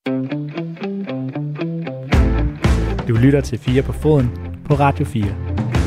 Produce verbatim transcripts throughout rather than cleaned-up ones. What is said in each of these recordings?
Du lytter til fire på foden på Radio fire.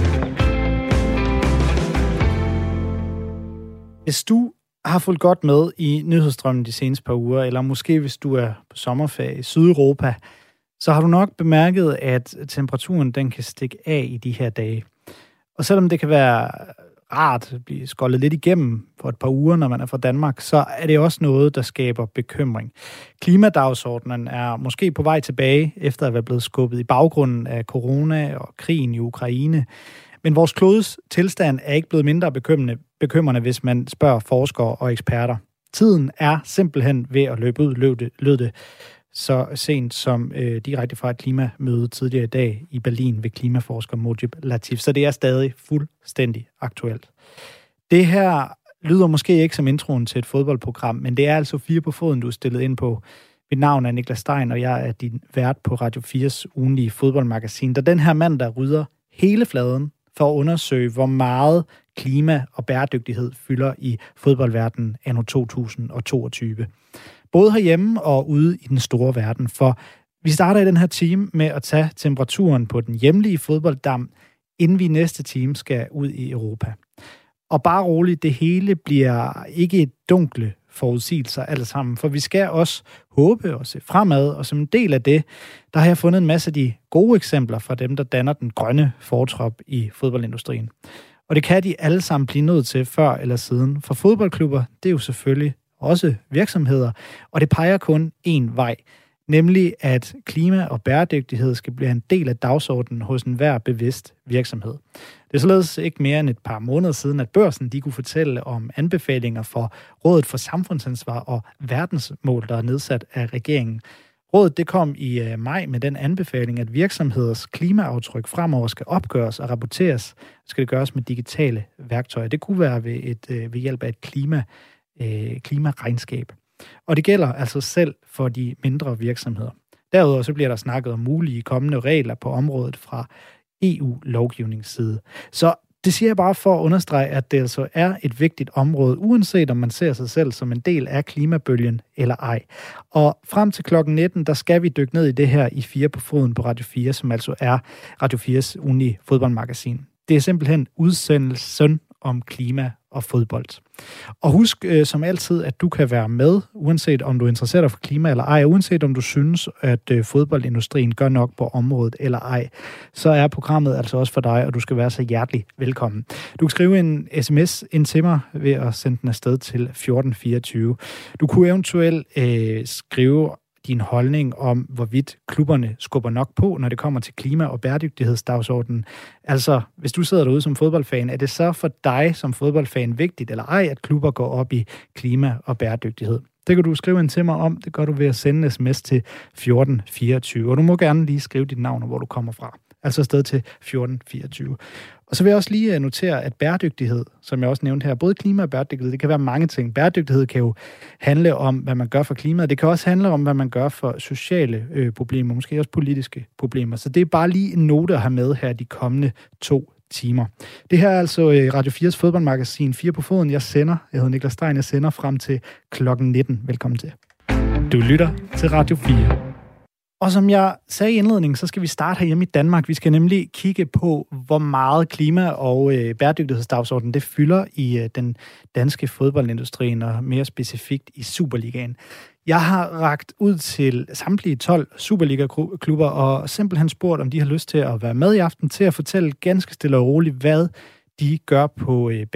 Hvis du har fulgt godt med i nyhedsstrømmen de seneste par uger, eller måske hvis du er på sommerferie i Sydeuropa, så har du nok bemærket, at temperaturen den kan stikke af i de her dage. Og selvom det kan være rart at blive skoldet lidt igennem for et par uger, når man er fra Danmark, så er det også noget, der skaber bekymring. Klimadagsordenen er måske på vej tilbage, efter at være blevet skubbet i baggrunden af corona og krigen i Ukraine. Men vores klodes tilstand er ikke blevet mindre bekymrende, bekymrende, hvis man spørger forskere og eksperter. Tiden er simpelthen ved at løbe ud, løb det, lød det så sent som øh, direkte fra et klimamøde tidligere i dag i Berlin ved klimaforsker Mojib Latif. Så det er stadig fuldstændig aktuelt. Det her lyder måske ikke som introen til et fodboldprogram, men det er altså fire på foden, du er stillet ind på. Mit navn er Niklas Stein, og jeg er din vært på Radio fires ugenlige fodboldmagasin, der den her mand, der rydder hele fladen for at undersøge, hvor meget klima og bæredygtighed fylder i fodboldverdenen anno to tusind og toogtyve. Både herhjemme og ude i den store verden, for vi starter i den her time med at tage temperaturen på den hjemlige fodbolddam, inden vi i næste time skal ud i Europa. Og bare roligt, det hele bliver ikke et dunkle forudsigelser alle sammen, for vi skal også håbe og se fremad, og som en del af det, der har jeg fundet en masse af de gode eksempler fra dem, der danner den grønne fortrop i fodboldindustrien. Og det kan de alle sammen blive nødt til før eller siden, for fodboldklubber, det er jo selvfølgelig også virksomheder, og det peger kun én vej, nemlig at klima og bæredygtighed skal blive en del af dagsordenen hos enhver bevidst virksomhed. Det er således ikke mere end et par måneder siden, at Børsen de kunne fortælle om anbefalinger for Rådet for Samfundsansvar og verdensmål, der er nedsat af regeringen. Rådet det kom i maj med den anbefaling, at virksomheders klimaaftryk fremover skal opgøres og rapporteres. Skal det gøres med digitale værktøjer. Det kunne være ved, et, ved hjælp af et klima, øh, klimaregnskab. Og det gælder altså selv for de mindre virksomheder. Derudover så bliver der snakket om mulige kommende regler på området fra E U-lovgivningsside. Så det siger jeg bare for at understrege, at det altså er et vigtigt område, uanset om man ser sig selv som en del af klimabølgen eller ej. Og frem til klokken nitten, der skal vi dykke ned i det her i fire på foden på Radio fire, som altså er Radio fires ugenlige fodboldmagasin. Det er simpelthen udsendelsen om klima og fodbold. Og husk øh, som altid, at du kan være med, uanset om du interesserer dig for klima eller ej, uanset om du synes, at øh, fodboldindustrien gør nok på området eller ej, så er programmet altså også for dig, og du skal være så hjertelig velkommen. Du kan skrive en sms ind til mig ved at sende den afsted til fjorten fireogtyve. Du kunne eventuelt øh, skrive din holdning om, hvorvidt klubberne skubber nok på, når det kommer til klima- og bæredygtighedsdagsordenen. Altså, hvis du sidder derude som fodboldfan, er det så for dig som fodboldfan vigtigt eller ej, at klubber går op i klima og bæredygtighed? Det kan du skrive ind til mig om. Det gør du ved at sende sms til fjorten fireogtyve. Og du må gerne lige skrive dit navn og hvor du kommer fra. Altså afsted til fjorten fireogtyve. Og så vil jeg også lige notere, at bæredygtighed, som jeg også nævnte her, både klima og bæredygtighed, det kan være mange ting. Bæredygtighed kan jo handle om, hvad man gør for klimaet. Det kan også handle om, hvad man gør for sociale øh, problemer, måske også politiske problemer. Så det er bare lige en note at have med her de kommende to timer. Det her er altså øh, Radio fires fodboldmagasin fire på foden. Jeg sender, jeg hedder Niklas Stein, jeg sender frem til klokken nitten. Velkommen til. Du lytter til Radio fire. Og som jeg sagde i indledningen, så skal vi starte herhjemme i Danmark. Vi skal nemlig kigge på, hvor meget klima- og øh, bæredygtighedsdagsordenen det fylder i øh, den danske fodboldindustrien, og mere specifikt i Superligaen. Jeg har rakt ud til samtlige tolv Superliga-klubber og simpelthen spurgt, om de har lyst til at være med i aften til at fortælle ganske stille og roligt, hvad de gør på øh,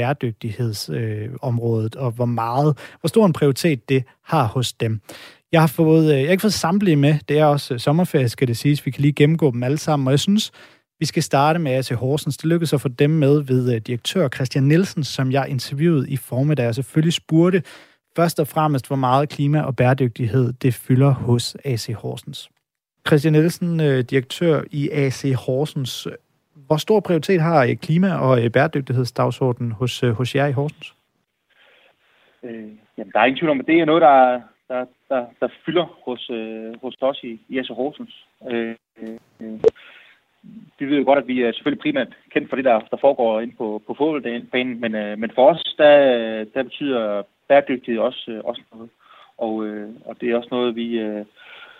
bæredygtighedsområdet, øh, og hvor meget, hvor stor en prioritet det har hos dem. Jeg har fået, jeg har ikke fået samtlige med. Det er også sommerferie, skal det siges. Vi kan lige gennemgå dem alle sammen. Og jeg synes, vi skal starte med A C Horsens. Det lykkedes at få dem med ved direktør Christian Nielsen, som jeg interviewede i formiddag. Og selvfølgelig spurgte først og fremmest, hvor meget klima og bæredygtighed det fylder hos A C Horsens. Christian Nielsen, direktør i A C Horsens. Hvor stor prioritet har klima- og bæredygtighedsdagsordenen hos, hos jer i Horsens? Øh, jamen, der er ingen tvivl om, at det er noget, der Der, der, der fylder hos, øh, hos os i, i A C Horsens. Øh, øh, vi ved jo godt, at vi er selvfølgelig primært kendt for det, der, der foregår inde på, på fodboldbanen, men, øh, men for os, der, der betyder bæredygtighed også, øh, også noget. Og, øh, og det er også noget, vi, øh,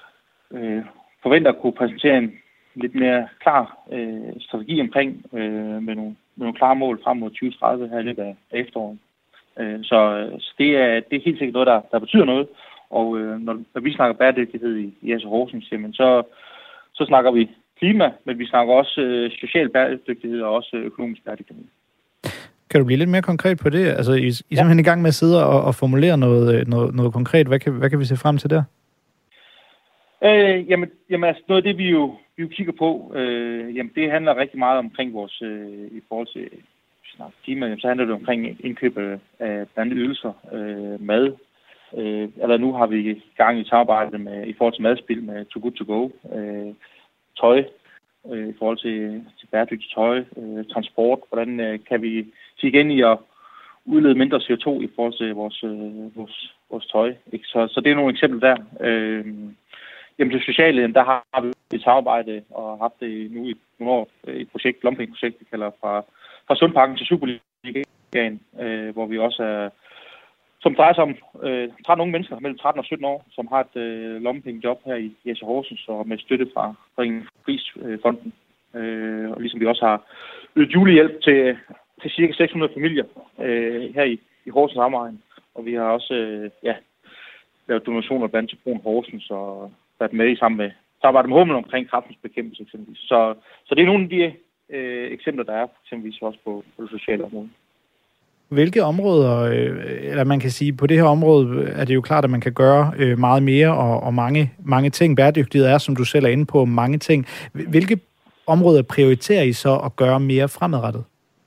øh, forventer at kunne præsentere en lidt mere klar øh, strategi omkring øh, med, nogle, med nogle klare mål frem mod tyve tredive her i løbet af efteråret. Øh, så så det, er, det er helt sikkert noget, der, der betyder noget. Og øh, når, når vi snakker bæredygtighed i, i A S O Horsens, jamen, så, så snakker vi klima, men vi snakker også øh, social bæredygtighed og også økonomisk bæredygtighed. Kan du blive lidt mere konkret på det? Altså, I, I er simpelthen i gang med at sidde og, og formulere noget, noget, noget konkret. Hvad kan, hvad kan vi se frem til der? Øh, jamen, jamen altså, noget af det, vi jo, vi jo kigger på, øh, jamen, det handler rigtig meget omkring vores, øh, i forhold til snart klima, jamen, så handler det omkring indkøb af blandt andet ydelser, øh, mad. Øh, eller nu har vi gang i samarbejde med, i forhold til madspil med Too Good To Go, øh, tøj, øh, i forhold til, til bæredygtigt tøj, øh, transport. Hvordan øh, kan vi se igen i at udlede mindre C O to i forhold til vores, øh, vores, vores tøj. Ikke? Så, så det er nogle eksempler der. Øh, jamen det sociale, der har vi et samarbejde og haft det nu i nogle år, et projekt, Lomping-projekt, vi kalder fra, fra Sundparken til Superligaen, øh, hvor vi også er, som drejer sig om øh, tretten unge mennesker mellem tretten og sytten år, som har et øh, lommepenge-job her i A S O Horsens og med støtte fra Prisfonden. Øh, og ligesom vi også har ydet julehjælp til, til cirka seks hundrede familier øh, her i, i Horsens omegn. Og vi har også øh, ja, lavet donationer blandt til Broen Horsens og været med i sammen med samarbejde med Hummel omkring kræftens bekæmpelse eksempelvis. Så, så det er nogle af de øh, eksempler, der er eksempelvis også på, på det sociale område. Hvilke områder, eller man kan sige, på det her område er det jo klart, at man kan gøre meget mere, og, og mange, mange ting. Bæredygtighed er, som du selv er inde på, mange ting. Hvilke områder prioriterer I så at gøre mere fremadrettet?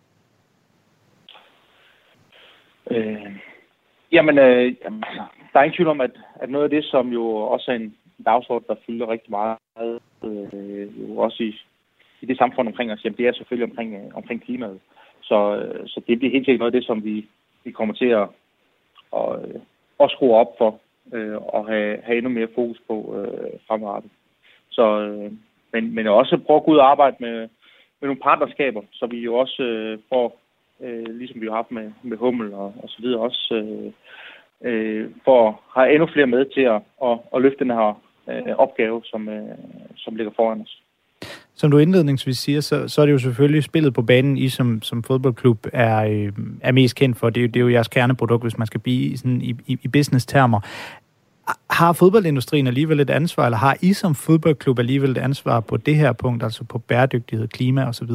Øh, jamen, øh, jamen, der er ingen tvivl om, at, at noget af det, som jo også er en dagsorden, der fylder rigtig meget, øh, jo også i, i det samfund omkring os, jamen, det er selvfølgelig omkring, øh, omkring klimaet. Så, så det bliver helt sikkert noget af det, som vi, vi kommer til at, at, at skrue op for øh, og have, have endnu mere fokus på øh, fremadrettet. Så, øh, men, men også prøve at gå ud og arbejde med, med nogle partnerskaber, så vi jo også øh, får, øh, ligesom vi har haft med, med Hummel og, og så videre, også øh, øh, for at have endnu flere med til at, at, at løfte den her øh, opgave, som, øh, som ligger foran os. Som du indledningsvis siger, så, så er det jo selvfølgelig spillet på banen, I som, som fodboldklub er, øh, er mest kendt for. Det er, jo, det er jo jeres kerneprodukt, hvis man skal blive sådan i, i, i business-termer. Har fodboldindustrien alligevel et ansvar, eller har I som fodboldklub alligevel et ansvar på det her punkt, altså på bæredygtighed, klima osv.?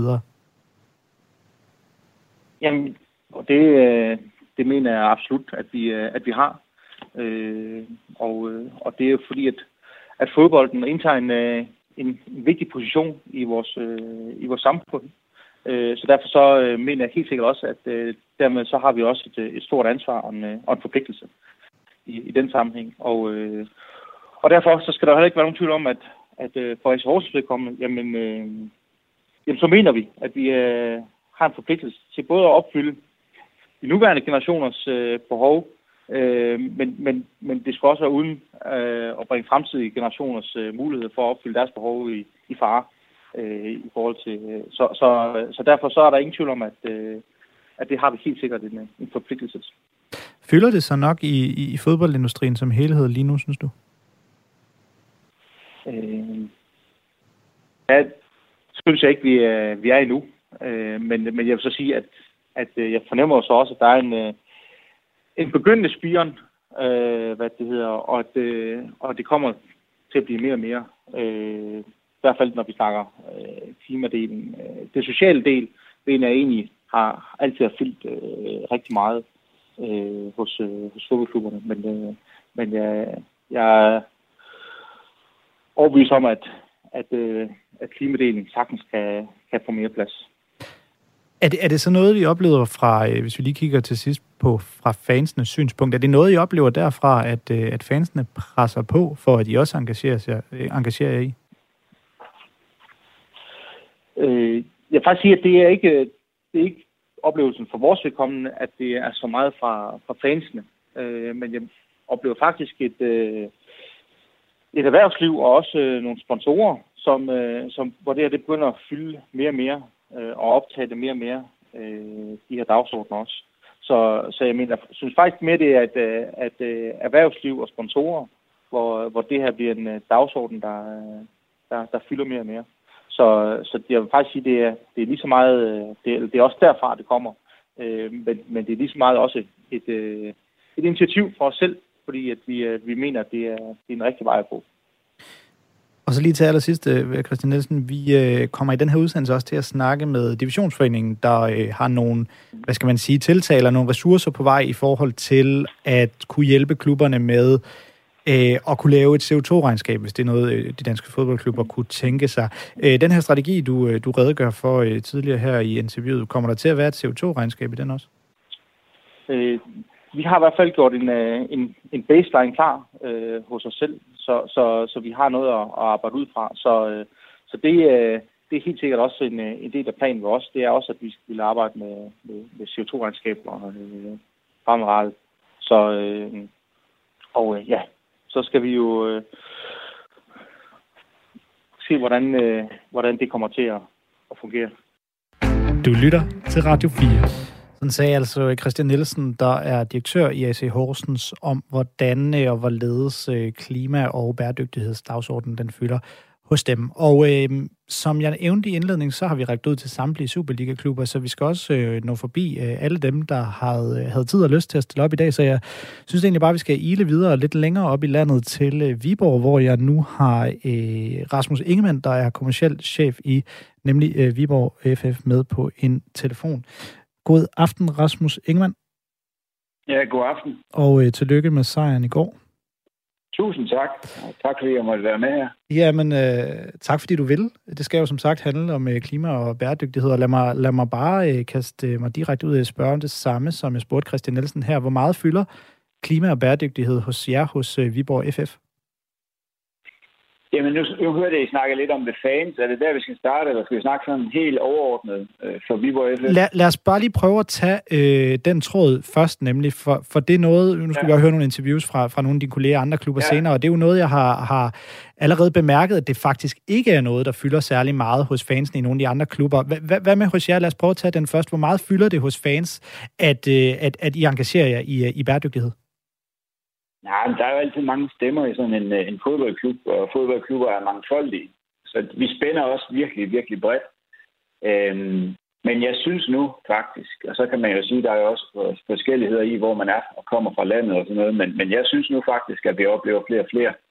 Jamen, det, det mener jeg absolut, at vi, at vi har. Øh, og, og det er jo fordi, at, at fodbolden indtager en... En, en vigtig position i vores, øh, i vores samfund. Øh, så derfor så øh, mener jeg helt sikkert også, at øh, dermed så har vi også et, et stort ansvar og en, øh, og en forpligtelse i, i den sammenhæng. Og, øh, og derfor så skal der heller ikke være nogen tvivl om, at, at øh, for A S O Horsens vedkommende, jamen, øh, jamen så mener vi, at vi øh, har en forpligtelse til både at opfylde de nuværende generationers øh, behov, Øh, men, men, men det skal også være uden øh, at bringe fremtidige generationers øh, mulighed for at opfylde deres behov i, i fare. Øh, i forhold til, øh, så, så, så derfor så er der ingen tvivl om, at, øh, at det har vi helt sikkert en, en forpligtelse. Fylder det så nok i, i, i fodboldindustrien som helhed lige nu, synes du? Øh, ja, synes jeg ikke, vi er, vi er endnu. Øh, men, men jeg vil så sige, at, at jeg fornemmer så også, at der er en... Øh, En begyndende spiren, øh, hvad det hedder, og det, og det kommer til at blive mere og mere. Øh, I hvert fald, når vi snakker øh, klimadelen. Det sociale del, den er egentlig har altid har fyldt øh, rigtig meget øh, hos, øh, hos fodboldklubberne. Men, øh, men jeg, jeg er overbevist om, at, at, øh, at klimadelen sagtens kan, kan få mere plads. Er det, er det så noget, I oplever fra, hvis vi lige kigger til sidst på, fra fansenes synspunkt, er det noget, I oplever derfra, at, at fansene presser på, for at I også engagerer, sig, engagerer jer i? Øh, jeg vil faktisk sige, at det er ikke, det er ikke oplevelsen for vores vedkommende, at det er så meget fra, fra fansene. Øh, men jeg oplever faktisk et, et erhvervsliv og også nogle sponsorer, som, som, hvor det her det begynder at fylde mere og mere og optage det mere og mere, øh, de her dagsordner også. Så, så jeg mener, jeg synes faktisk mere, det er, at, at, at erhvervsliv og sponsorer hvor, hvor det her bliver en uh, dagsorden, der, der, der fylder mere og mere. Så, så jeg vil faktisk sige, det er, det er lige så meget, det er, det er også derfra, det kommer. Øh, men, men det er lige så meget også et, et, et initiativ for os selv, fordi at vi, vi mener, at det er, det er en rigtig vej at gå. Og så lige til allersidst, Christian Nielsen, vi øh, kommer i den her udsendelse også til at snakke med Divisionsforeningen, der øh, har nogle, hvad skal man sige, tiltaler, nogle ressourcer på vej i forhold til at kunne hjælpe klubberne med øh, at kunne lave et C O to regnskab, hvis det er noget, øh, de danske fodboldklubber kunne tænke sig. Øh, den her strategi, du, øh, du redegør for øh, tidligere her i interviewet, kommer der til at være et C O to regnskab i den også? Øh, vi har i hvert fald gjort en, en, en baseline klar øh, hos os selv, så, så, så vi har noget at, at arbejde ud fra. Så, øh, så det, øh, det er helt sikkert også en, en del af planen ved os. Det er også, at vi vil arbejde med, med, med C O to regnskaber øh, fremadrettet. Så, øh, og øh, ja, så skal vi jo øh, se, hvordan, øh, hvordan det kommer til at, at fungere. Du lytter til Radio fire. Sådan sagde altså Christian Nielsen, der er direktør i A C Horsens, om hvordan og hvorledes klima- og bæredygtighedsdagsordenen den fylder hos dem. Og øh, som jeg nævnte i indledningen, så har vi rækket ud til samtlige Superliga-klubber, så vi skal også øh, nå forbi øh, alle dem, der havde, havde tid og lyst til at stille op i dag. Så jeg synes egentlig bare, at vi skal ile videre lidt længere op i landet til øh, Viborg, hvor jeg nu har øh, Rasmus Ingemann, der er kommerciel chef i nemlig øh, Viborg F F, med på en telefon. God aften, Rasmus Ingemann. Ja, god aften. Og øh, tillykke med sejren i går. Tusind tak. Tak fordi jeg måtte være med her. Jamen, øh, tak fordi du vil. Det skal jo som sagt handle om øh, klima og bæredygtighed, og lad mig, lad mig bare øh, kaste mig direkte ud og spørge om det samme, som jeg spurgte Christian Nielsen her. Hvor meget fylder klima og bæredygtighed hos jer, hos øh, Viborg F F? Jamen, nu, nu hørte jeg, I snakke lidt om det fans. Er det der, vi skal starte, eller skal vi snakke sådan helt overordnet øh, for Viborg F F? Lad, lad os bare lige prøve at tage øh, den tråd først, nemlig, for, for det er noget, nu skal ja. vi også høre nogle interviews fra, fra nogle af dine kolleger og andre klubber ja. senere, og det er jo noget, jeg har, har allerede bemærket, at det faktisk ikke er noget, der fylder særlig meget hos fansene i nogle af de andre klubber. H- hvad med hos jer? Lad os prøve at tage den først. Hvor meget fylder det hos fans, at, øh, at, at I engagerer jer i, i bæredygtighed? Nej, men der er jo altid mange stemmer i sådan en, en fodboldklub, og fodboldklubber er mangfoldige. Så vi spænder også virkelig, virkelig bredt. Øhm, men jeg synes nu faktisk, og så kan man jo sige, at der er jo også forskelligheder i, hvor man er og kommer fra landet og sådan noget, men, men jeg synes nu faktisk, at vi oplever flere og flere,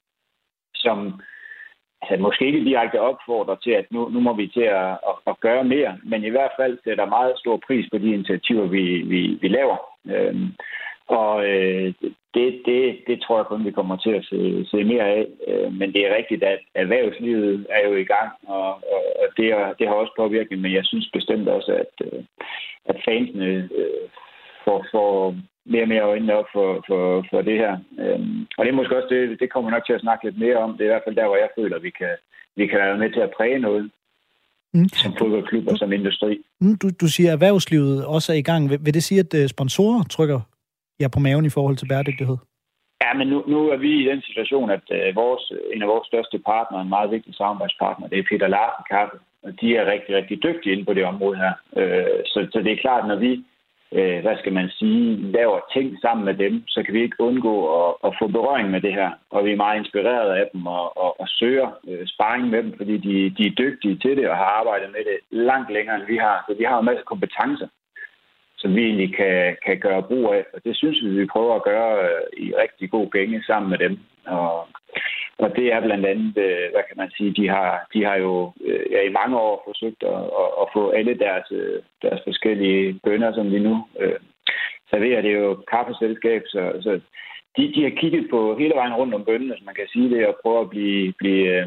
som altså, måske ikke direkte opfordrer til, at nu, nu må vi til at, at, at gøre mere, men i hvert fald sætter meget stor pris på de initiativer, vi, vi, vi laver. Øhm, Og øh, det, det, det tror jeg kun, vi kommer til at se, se mere af. Øh, men det er rigtigt, at erhvervslivet er jo i gang, og, og, og det, er, det har også påvirket. Men jeg synes bestemt også, at, at fansene øh, får, får mere og mere øjnene op for, for, for det her. Øh, og det er måske også det, det kommer nok til at snakke lidt mere om. Det er i hvert fald der, hvor jeg føler, at vi kan, vi kan være med til at præge noget. Mm. Som fodboldklub og som industri. Mm, du, du siger, at erhvervslivet også er i gang. Vil, vil det sige, at sponsorer trykker jer på maven i forhold til bæredygtighed? Ja, men nu, nu er vi i den situation, at uh, vores, en af vores største partnere, en meget vigtig samarbejdspartner, det er Peter Larsen Kaffe, og de er rigtig, rigtig dygtige inde på det område her. Uh, så, så det er klart, når vi, uh, hvad skal man sige, laver ting sammen med dem, så kan vi ikke undgå at, at få berøring med det her. Og vi er meget inspireret af dem og, og, og søger uh, sparring med dem, fordi de, de er dygtige til det og har arbejdet med det langt længere, end vi har. Så vi har en masse kompetencer, som vi egentlig kan, kan gøre brug af. Og det synes vi, vi prøver at gøre øh, i rigtig gode penge sammen med dem. Og, og det er blandt andet, øh, hvad kan man sige, de har, de har jo øh, ja, i mange år forsøgt at, at, at få alle deres, øh, deres forskellige bønner, som de nu øh, serverer. Det er jo kaffeselskab, så, så de, de har kigget på hele vejen rundt om bønnerne, så man kan sige det, og prøve at blive, blive, øh,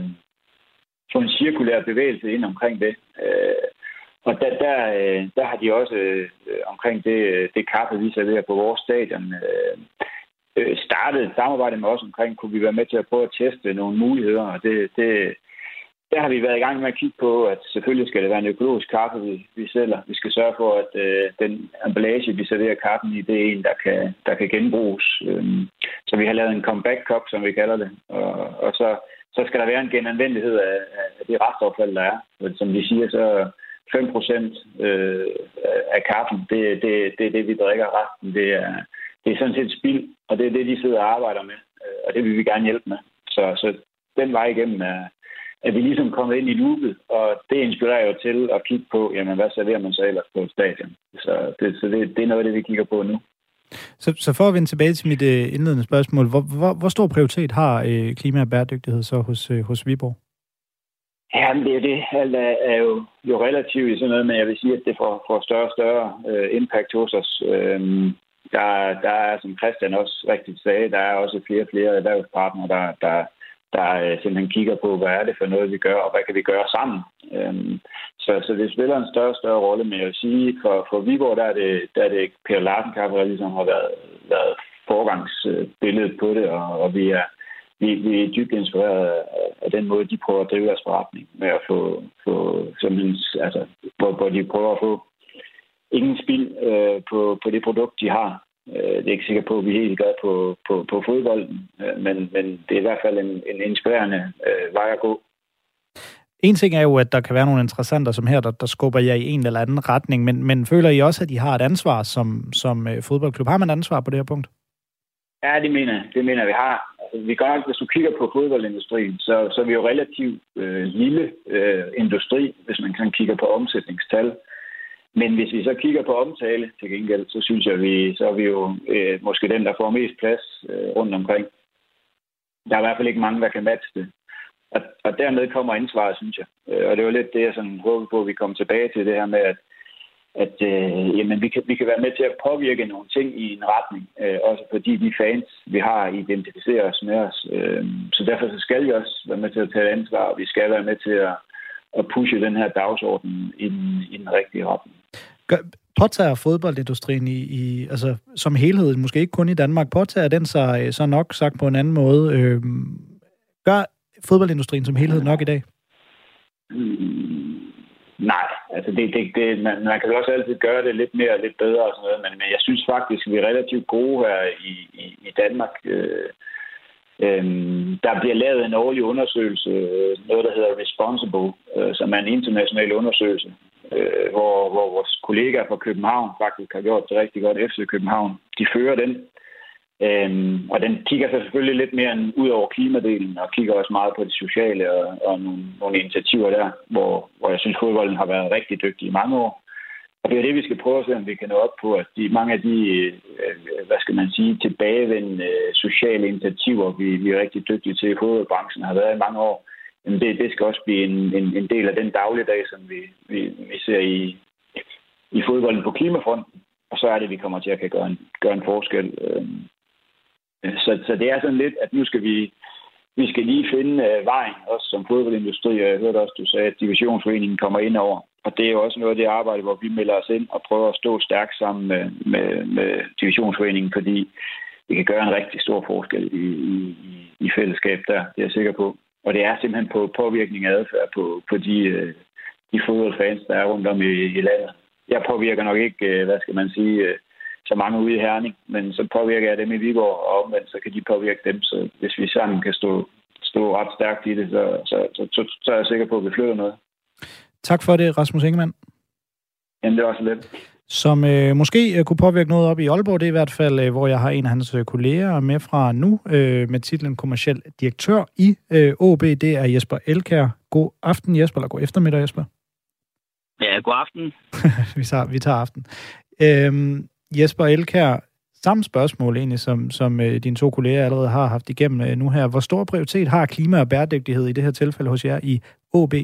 få en cirkulær bevægelse ind omkring det. Øh, Og der, der, der har de også øh, omkring det, det kaffe, vi serverer på vores stadion, øh, startet et samarbejde med os omkring, kunne vi være med til at prøve at teste nogle muligheder. Og det, det, der har vi været i gang med at kigge på, at selvfølgelig skal det være en økologisk kaffe, vi, vi sælger. Vi skal sørge for, at øh, den emballage, vi serverer kaffen i, det er en, der kan, der kan genbruges. Øh, så vi har lavet en comeback cup, som vi kalder det. Og, og så, så skal der være en genanvendelighed af, af det restaffald, der er. Og som de siger, så fem procent øh, af kaffen, det, det, det er det, vi drikker. Resten, det er, det er sådan set spild, og det er det, de sidder og arbejder med. og det vil vi gerne hjælpe med. Så, så den vej igennem er, er vi ligesom kommet ind i loopet, og det inspirerer jo til at kigge på, jamen hvad serverer man så ellers på et stadion. Så, det, så det, det er noget af det, vi kigger på nu. Så, så for at vende tilbage til mit øh, indledende spørgsmål, hvor, hvor, hvor stor prioritet har øh, klima og bæredygtighed så hos, øh, hos Viborg? Ja, det er jo det. Alt er, er jo, jo relativt i sådan noget, men jeg vil sige, at det får, får større og større øh, impact hos os. Øhm, der, der er, som Christian også rigtigt sagde, der er også flere og flere erhvervspartnere, der, der, der simpelthen kigger på, hvad er det for noget, vi gør, og hvad kan vi gøre sammen. Øhm, så, så det spiller en større og større rolle, men jeg vil sige, for, for Viborg, der er det, der er det Peter Larsen Kaffe, der ligesom har været, været forgangsbilledet på det, og, og vi er Vi, vi er dybt inspireret af den måde, de prøver at drive deres forretning med at få, få altså, hvor, hvor de prøver at få ingen spild øh, på, på det produkt, de har. Øh, det er ikke sikkert på, at vi helt gør på, på, på fodbolden, øh, men, men det er i hvert fald en, en inspirerende øh, vej at gå. En ting er jo, at der kan være nogle interessenter som her, der, der skubber jer i en eller anden retning, men, men føler I også, at I har et ansvar som, som fodboldklub? Har man et ansvar på det her punkt? Ja, det mener, det mener vi har. Vi gør nok, hvis du kigger på fodboldindustrien, så, så er vi jo relativt øh, lille øh, industri, hvis man kan kigge på omsætningstal. Men hvis vi så kigger på omtale til gengæld, så synes jeg, vi, så er vi jo øh, måske den, der får mest plads øh, rundt omkring. Der er i hvert fald ikke mange, der kan matche det. Og, og dermed kommer ansvaret, synes jeg. Og det var lidt det, jeg sådan håber på, at vi kommer tilbage til det her med, at at øh, jamen, vi, kan, vi kan være med til at påvirke nogle ting i en retning, øh, også fordi de fans, vi har, identificerer os med os. Øh, så derfor så skal vi også være med til at tage ansvar, og vi skal være med til at, at pushe den her dagsorden i den, i den rigtige retning. Gør, påtager fodboldindustrien i, i, altså, som helhed, måske ikke kun i Danmark, påtager den sig så nok sagt på en anden måde? Øh, gør fodboldindustrien som helhed nok i dag? Mm. Nej, altså det, det, det, man, man kan jo også altid gøre det lidt mere og lidt bedre og sådan noget, men, men jeg synes faktisk, at vi er relativt gode her i, i, i Danmark. Øh, øh, der bliver lavet en årlig undersøgelse, noget der hedder Responsible, øh, som er en international undersøgelse, øh, hvor, hvor vores kollegaer fra København faktisk har gjort det rigtig godt. F C København, de fører den. Øhm, og den kigger så selvfølgelig lidt mere end ud over klimadelen, og kigger også meget på det sociale og, og nogle, nogle initiativer der, hvor, hvor jeg synes, fodbolden har været rigtig dygtig i mange år. Og det er det, vi skal prøve at se, om vi kan nå op på, at de, mange af de, øh, hvad skal man sige, tilbagevendende øh, sociale initiativer, vi, vi er rigtig dygtige til i fodboldbranchen, har været i mange år. Men det, det skal også blive en, en, en del af den dagligdag, som vi, vi, vi ser i, i fodbolden på klimafronten. Og så er det, vi kommer til at kan gøre en, gøre en forskel. Øh, Så, så det er sådan lidt, at nu skal vi, vi skal lige finde uh, vejen, også som fodboldindustri. Jeg hørte også, du sagde, at divisionsforeningen kommer ind over. Og det er jo også noget af det arbejde, hvor vi melder os ind og prøver at stå stærkt sammen med, med, med divisionsforeningen, fordi det kan gøre en rigtig stor forskel i, i, i fællesskab der, det er jeg sikker på. Og det er simpelthen på påvirkning af adfærd på, på de, de fodboldfans, der er rundt om i, i landet. Jeg påvirker nok ikke, hvad skal man sige, så mange ude i Herning, men så påvirker jeg dem i Viborg, og omvendt, så kan de påvirke dem. Så hvis vi sammen kan stå, stå ret stærkt i det, så, så, så, så, så er jeg sikker på, at vi flytter noget. Tak for det, Rasmus Ingemann. Jamen, det var så lidt. Som øh, måske øh, kunne påvirke noget op i Aalborg, det er i hvert fald, øh, hvor jeg har en af hans øh, kolleger med fra nu, øh, med titlen kommerciel direktør i øh, O B. Det er Jesper Elkjær. God aften, Jesper, eller god eftermiddag, Jesper. Ja, god aften. vi, tager, vi tager aften. Øh, Jesper Elkjær, samme spørgsmål egentlig, som, som øh, dine to kolleger allerede har haft igennem øh, nu her. Hvor stor prioritet har klima og bæredygtighed i det her tilfælde hos jer i O B?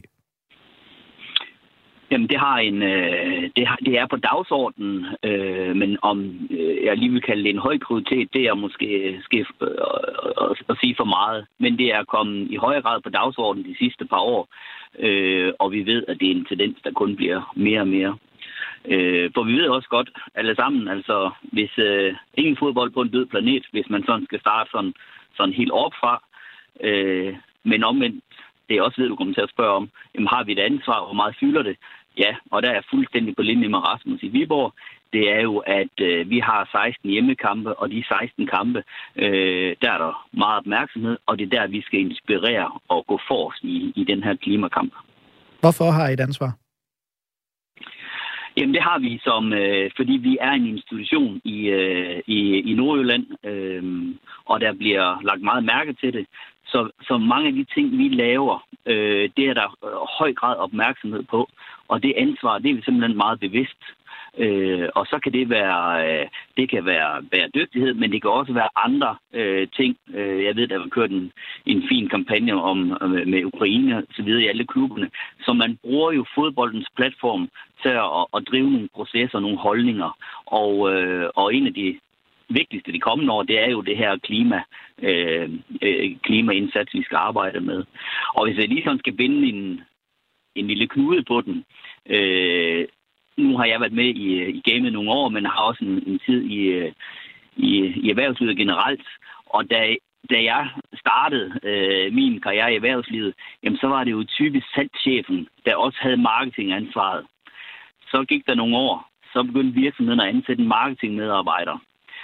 Jamen, det har en, øh, det, har, det er på dagsordenen, øh, men om øh, jeg lige vil kalde det en høj prioritet, det er måske skal, øh, øh, at sige for meget. Men det er kommet i højere grad på dagsordenen de sidste par år, øh, og vi ved, at det er en tendens, der kun bliver mere og mere. Øh, for vi ved også godt, alle sammen, altså hvis øh, ingen fodbold på en død planet, hvis man sådan skal starte sådan, sådan helt opfra, øh, men omvendt, det er også det, du kommer til at spørge om, jamen, har vi et ansvar, hvor meget fylder det? Ja, og der er fuldstændig på linje med Rasmus i Viborg. Det er jo, at øh, vi har seksten hjemmekampe, og de seksten kampe, øh, der er der meget opmærksomhed, og det er der, vi skal inspirere og gå forrest i, i den her klimakamp. Hvorfor har I et ansvar? Jamen det har vi som, øh, fordi vi er en institution i, øh, i, i Nordjylland, øh, og der bliver lagt meget mærke til det. Så, så mange af de ting, vi laver, øh, det er der høj grad opmærksomhed på, og det ansvar, det er vi simpelthen meget bevidst. Øh, og så kan det være, øh, det kan være bæredygtighed, men det kan også være andre øh, ting. Øh, jeg ved, der har kørt en, en fin kampagne om øh, med Ukraine og så videre i alle klubberne. Så man bruger jo fodboldens platform til at, at drive nogle processer, nogle holdninger. Og, øh, og en af de vigtigste de kommende år, det er jo det her klima, øh, øh, klimaindsats, vi skal arbejde med. Og hvis jeg lige sådan skal binde en, en lille knude på den, øh, nu har jeg været med i, i gamet nogle år, men har også en, en tid i, i, i erhvervslivet generelt. Og da, da jeg startede øh, min karriere i erhvervslivet, jamen, så var det jo typisk salgschefen, der også havde marketingansvaret. Så gik der nogle år, så begyndte virksomheden at ansætte en marketingmedarbejder.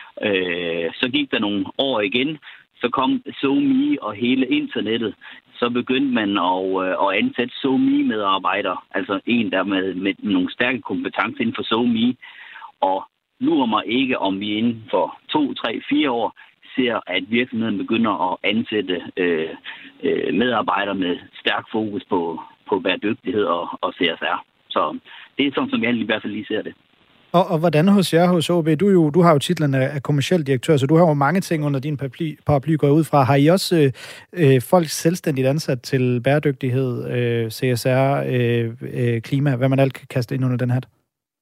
Øh, så gik der nogle år igen, så kom SoMe og hele internettet. Så begyndte man at, at ansætte SoMe-medarbejdere, altså en, der med, med nogle stærke kompetencer inden for SoMe. Og lurer mig ikke, om vi inden for to, tre, fire år ser, at virksomheden begynder at ansætte øh, øh, medarbejdere med stærk fokus på, på bæredygtighed og, og C S R. Så det er sådan, som jeg i hvert fald lige ser det. Og, og hvordan hos jer hos O B? Du, jo, du har jo titlen af kommerciel direktør, så du har jo mange ting under din paraply, paraply går ud fra. Har I også øh, folk selvstændigt ansat til bæredygtighed, øh, C S R, øh, øh, klima, hvad man alt kan kaste ind under den hat?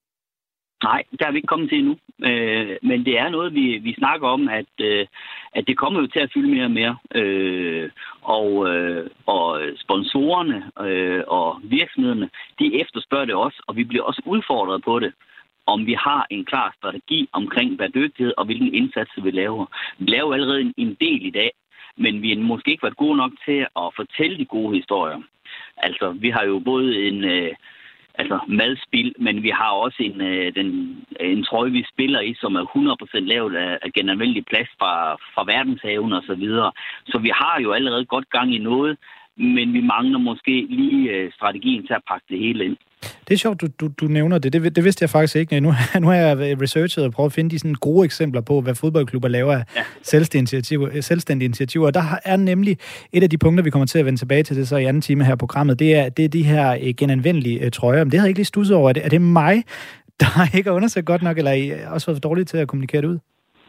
Nej, der er vi ikke kommet til endnu. Øh, men det er noget, vi, vi snakker om, at, øh, at det kommer jo til at fylde mere og mere. Øh, og, øh, og sponsorerne øh, og virksomhederne, de efterspørger det også, og vi bliver også udfordret på det, om vi har en klar strategi omkring bæredygtighed og hvilken indsats vi laver. Vi laver allerede en, en del i dag, men vi har måske ikke været gode nok til at fortælle de gode historier. Altså, vi har jo både en øh, altså madspil, men vi har også en, øh, den, en trøje, vi spiller i, som er hundrede procent lavet af, af genanvendelig plast fra, fra verdenshaven og så videre. Så vi har jo allerede godt gang i noget, men vi mangler måske lige øh, strategien til at pakke det hele ind. Det er sjovt, du, du, du nævner det. det. Det vidste jeg faktisk ikke. Nu, nu har jeg researchet og prøvet at finde de sådan gode eksempler på, hvad fodboldklubber laver af ja. selvstændige initiativer. Selvstændige initiativer. Der er nemlig et af de punkter, vi kommer til at vende tilbage til det så i anden time her på programmet. Det er, det er de her genanvendelige trøjer. Men det havde jeg ikke lige studset over. Er det, er det mig, der ikke har undersøgt godt nok, eller er I også været for dårlige til at kommunikere det ud?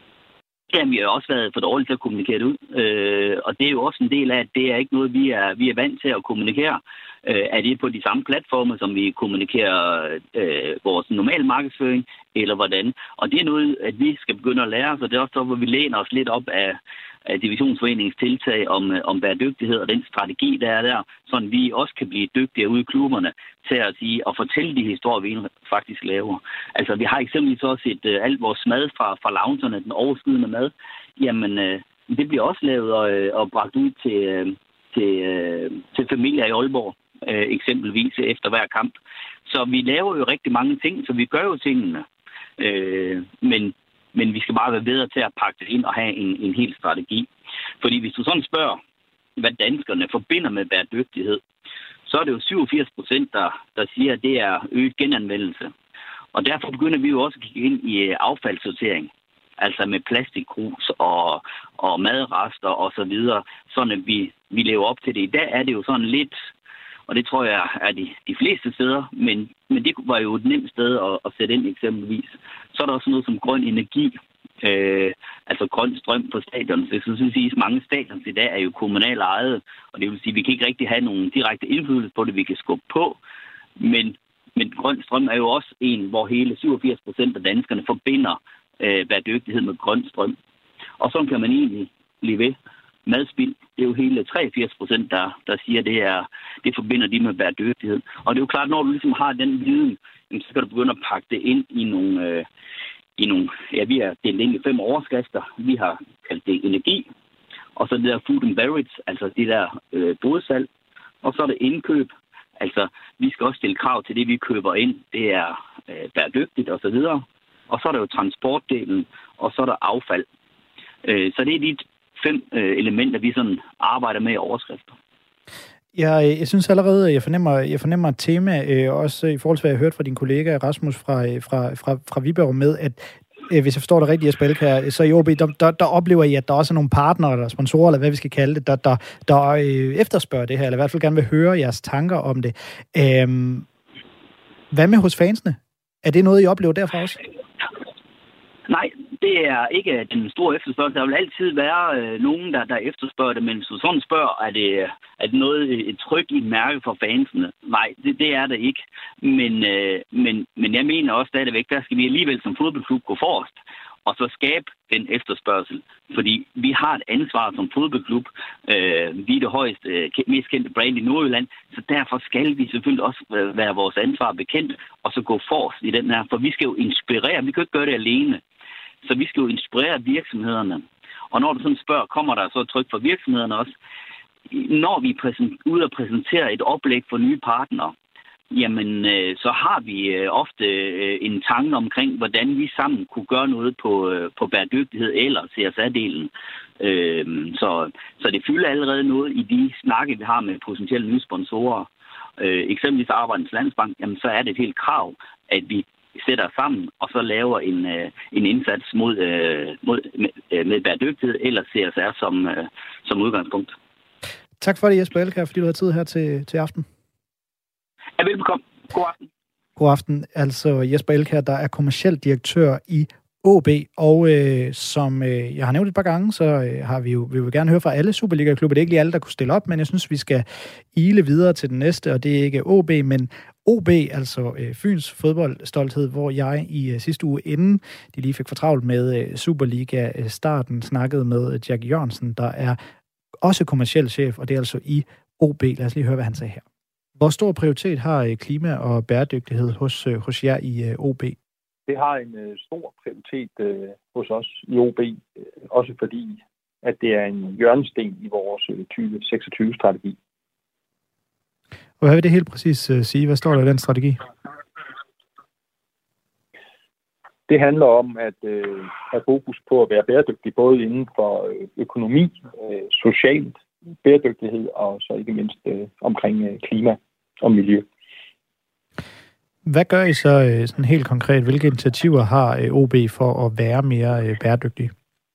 Jamen, vi har også været for dårlige til at kommunikere det ud. Øh, og det er jo også en del af, at det er ikke noget, vi er, vi er vant til at kommunikere. Øh, er det på de samme platforme, som vi kommunikerer øh, vores normale markedsføring, eller hvordan? Og det er noget, at vi skal begynde at lære, så det er også der, hvor vi læner os lidt op af, af Divisionsforeningens tiltag om, om bæredygtighed og den strategi, der er der, så vi også kan blive dygtigere ude i klubberne til at sige og fortælle de historier, vi faktisk laver. Altså, vi har eksempelvis også et, uh, alt vores mad fra, fra loungerne, den overskydende mad, jamen, uh, det bliver også lavet og, uh, og bragt ud til, uh, til, uh, til familier i Aalborg, uh, eksempelvis efter hver kamp. Så vi laver jo rigtig mange ting, så vi gør jo tingene. Uh, men Men vi skal bare være bedre til at pakke det ind og have en, en hel strategi. Fordi hvis du sådan spørger, hvad danskerne forbinder med bæredygtighed, så er det jo syvogfirs procent, der, der siger, at det er øget genanvendelse. Og derfor begynder vi jo også at kigge ind i affaldssortering. Altså med plastikkrus og, og madrester og så videre. Sådan at vi, vi lever op til det. I dag er det jo sådan lidt, og det tror jeg er de, de fleste steder, men, men det var jo et nemt sted at, at sætte ind eksempelvis. Så er der også noget som grøn energi, øh, altså grøn strøm på stadion. Så jeg synes sige, at mange stadions i dag er jo kommunalt ejet, og det vil sige, at vi kan ikke rigtig have nogen direkte indflydelse på det, vi kan skubbe på. Men, men grøn strøm er jo også en, hvor hele syvogfirs procent af danskerne forbinder øh, bæredygtighed med grøn strøm. Og sådan kan man egentlig blive ved. Madspild, det er jo hele treogfirs procent, der, der siger, at det, er, det forbinder de med bæredygtighed. Og det er jo klart, når du ligesom har den viden, så skal du begynde at pakke det ind i nogle, øh, i nogle ja, vi har delt ind i fem overskrifter. Vi har kaldt det energi, og så det der food and beverage, altså det der øh, bådsalg, og så er det indkøb. Altså, vi skal også stille krav til det, vi køber ind. Det er øh, bæredygtigt og så videre. Og så er der jo transportdelen, og så er der affald. Øh, så det er de fem øh, elementer, vi sådan arbejder med i overskrifter. Jeg, jeg synes allerede, jeg fornemmer, jeg fornemmer et tema, øh, også i forhold til, hvad jeg hørte fra din kollega Rasmus fra, fra, fra, fra Viborg med, at øh, hvis jeg forstår det rigtigt, Jesper Elkjær, så i O B, der, der, der oplever I, at der også er nogle partnere, eller sponsorer, eller hvad vi skal kalde det, der, der, der øh, efterspørger det her, eller i hvert fald gerne vil høre jeres tanker om det. Øh, hvad med hos fansene? Er det noget, I oplever derfra også? Nej, det er ikke den store efterspørgsel. Der vil altid være øh, nogen, der, der efterspørger det, men hvis du sådan spørger, er det, er det noget, et tryk i et mærke for fansene? Nej, det, det er det ikke. Men, øh, men, men jeg mener også stadigvæk, der skal vi alligevel som fodboldklub gå forrest, og så skabe den efterspørgsel. Fordi vi har et ansvar som fodboldklub. Øh, vi er det højeste, øh, mest kendte brand i Nordjylland, så derfor skal vi selvfølgelig også være vores ansvar bekendt, og så gå forrest i den her. For vi skal jo inspirere, vi kan ikke gøre det alene. Så vi skal jo inspirere virksomhederne. Og når du sådan spørger, kommer der så et tryk for virksomhederne også? Når vi er ude og præsentere et oplæg for nye partnere, jamen øh, så har vi øh, ofte øh, en tanke omkring, hvordan vi sammen kunne gøre noget på, øh, på bæredygtighed eller C S R-delen. Øh, så, så det fylder allerede noget i de snakke, vi har med potentielle nye sponsorer. Øh, eksempelvis Arbejdernes Landsbank, jamen så er det et helt krav, at vi sætter sammen og så laver en, øh, en indsats mod, øh, mod, med, med bæredygtighed eller C S R som, øh, som udgangspunkt. Tak for det, Jesper Elkjær, fordi du har tid her til, til aften. Ja, velbekomme. God aften. God aften. Altså Jesper Elkjær, der er kommerciel direktør i O B, og øh, som øh, jeg har nævnt et par gange, så øh, har vi jo, vi vil gerne høre fra alle Superliga-klubber. Det er ikke lige alle, der kunne stille op, men jeg synes, vi skal ile videre til den næste, og det er ikke O B, men O B, altså øh, Fyns fodboldstolthed, hvor jeg i øh, sidste uge, inden de lige fik fortravlt med øh, Superliga-starten, snakkede med Jack Jørgensen, der er også kommerciel chef, og det er altså i O B. Lad os lige høre, hvad han sagde her. Hvor stor prioritet har klima og bæredygtighed hos, hos jer i O B? Det har en uh, stor prioritet uh, hos os i O B, uh, også fordi, at det er en hjørnesten i vores uh, tyve seksogtyve-strategi. Og hvad vil det helt præcis uh, sige? Hvad står der i den strategi? Det handler om at uh, have fokus på at være bæredygtig, både inden for uh, økonomi, uh, socialt, bæredygtighed og så ikke mindst uh, omkring uh, klima og miljø. Hvad gør I så sådan helt konkret? Hvilke initiativer har O B for at være mere bæredygtige?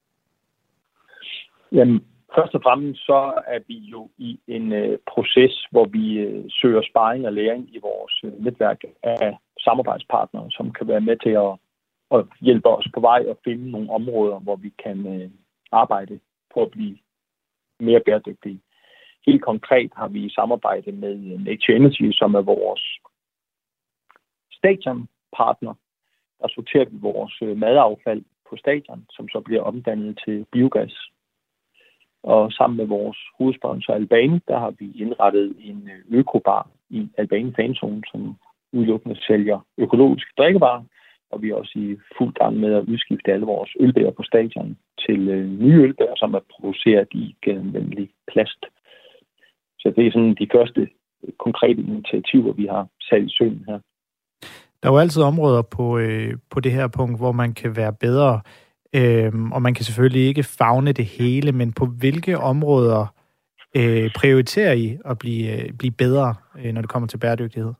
Jamen, først og fremmest så er vi jo i en uh, proces, hvor vi uh, søger sparring og læring i vores uh, netværk af samarbejdspartnere, som kan være med til at, at hjælpe os på vej og finde nogle områder, hvor vi kan uh, arbejde på at blive mere bæredygtige. Helt konkret har vi samarbejde med Nature Energy, som er vores stadionpartner. Der sorterer vi vores madaffald på stadion, som så bliver omdannet til biogas. Og sammen med vores hovedsponsor Albani, der har vi indrettet en økobar i Albani Fanzone, som udelukkende sælger økologiske drikkevarer. Og vi er også i fuld gang med at udskifte alle vores ølbæger på stadion til øh, nye ølbæger, som er produceret i genanvendelig plast. Så det er sådan de første konkrete initiativer, vi har sat i søen her. Der er jo altid områder på, øh, på det her punkt, hvor man kan være bedre, øh, og man kan selvfølgelig ikke favne det hele, men på hvilke områder øh, prioriterer I at blive, øh, blive bedre, øh, når det kommer til bæredygtighed?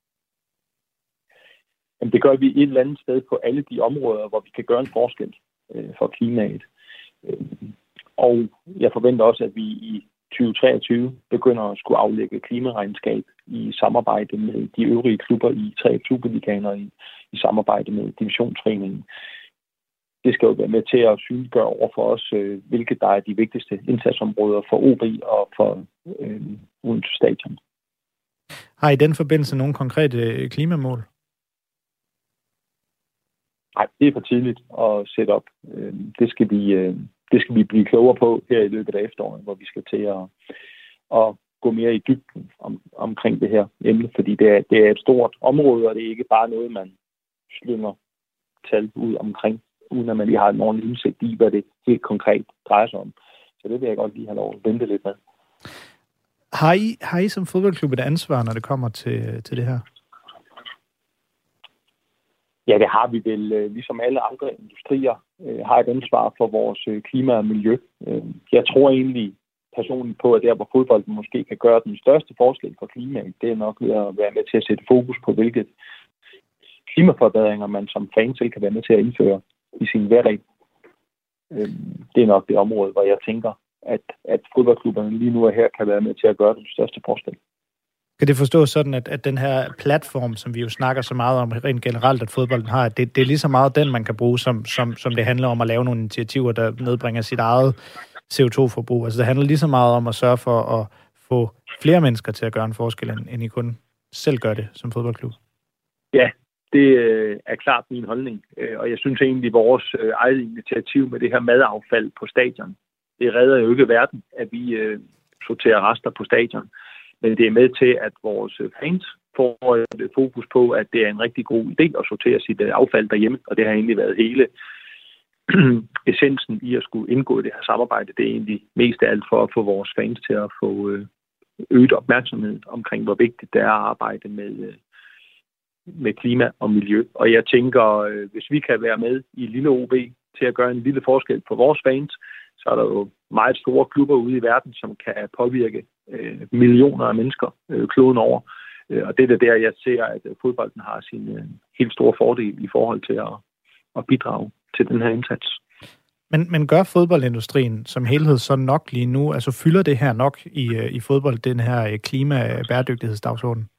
Jamen, det gør vi et eller andet sted på alle de områder, hvor vi kan gøre en forskel øh, for klimaet. Øh, og jeg forventer også, at vi i tyve treogtyve begynder at skulle aflægge klimaregnskab i samarbejde med de øvrige klubber i tre Superligaen og i, i samarbejde med divisionstræningen. Det skal jo være med til at synliggøre over for os, øh, hvilke der er de vigtigste indsatsområder for O B og for øh, Odense Stadion. Har I den forbindelse nogle konkrete klimamål? Nej, det er for tidligt at sætte op. Det skal vi, det skal vi blive klogere på her i løbet af efteråret, hvor vi skal til at, at gå mere i dybden om, omkring det her emne, fordi det er, det er et stort område, og det er ikke bare noget, man slynger tal ud omkring, uden at man lige har en ordentlig indsigt i, hvad det helt konkret drejer sig om. Så det vil jeg godt lige have lov at vente lidt med. Har I, har I som fodboldklub et ansvar, når det kommer til, til det her? Ja, det har vi vel, ligesom alle andre industrier, øh, har et ansvar for vores klima og miljø. Øh, jeg tror egentlig personligt på, at der, hvor fodbolden måske kan gøre den største forskel for klimaet, det er nok ved at være med til at sætte fokus på, hvilke klimaforbedringer man som fan selv kan være med til at indføre i sin hverdag. Det er nok det område, hvor jeg tænker, at, at fodboldklubberne lige nu og her kan være med til at gøre den største forskel. Kan det forstås sådan, at, at den her platform, som vi jo snakker så meget om rent generelt, at fodbolden har, det, det er lige så meget den, man kan bruge, som, som, som det handler om at lave nogle initiativer, der nedbringer sit eget C O to forbrug. Altså det handler lige så meget om at sørge for at få flere mennesker til at gøre en forskel, end, end I kun selv gør det som fodboldklub? Ja, det er klart min holdning. Og jeg synes egentlig, at vores eget initiativ med det her madaffald på stadion, det redder jo ikke verden, at vi sorterer rester på stadion. Men det er med til, at vores fans får et fokus på, at det er en rigtig god idé at sortere sit affald derhjemme. Og det har egentlig været hele essensen i at skulle indgå i det her samarbejde. Det er egentlig mest af alt for at få vores fans til at få øget opmærksomhed omkring, hvor vigtigt det er at arbejde med, med klima og miljø. Og jeg tænker, hvis vi kan være med i lille O B til at gøre en lille forskel på vores fans, så er der jo meget store klubber ude i verden, som kan påvirke øh, millioner af mennesker øh, kloden over. Øh, og det er der, jeg ser, at fodbolden har sin øh, helt store fordel i forhold til at, at bidrage til den her indsats. Men, men gør fodboldindustrien som helhed så nok lige nu? Altså fylder det her nok i, øh, i fodbold, den her klima-bæredygtighedsdagsorden?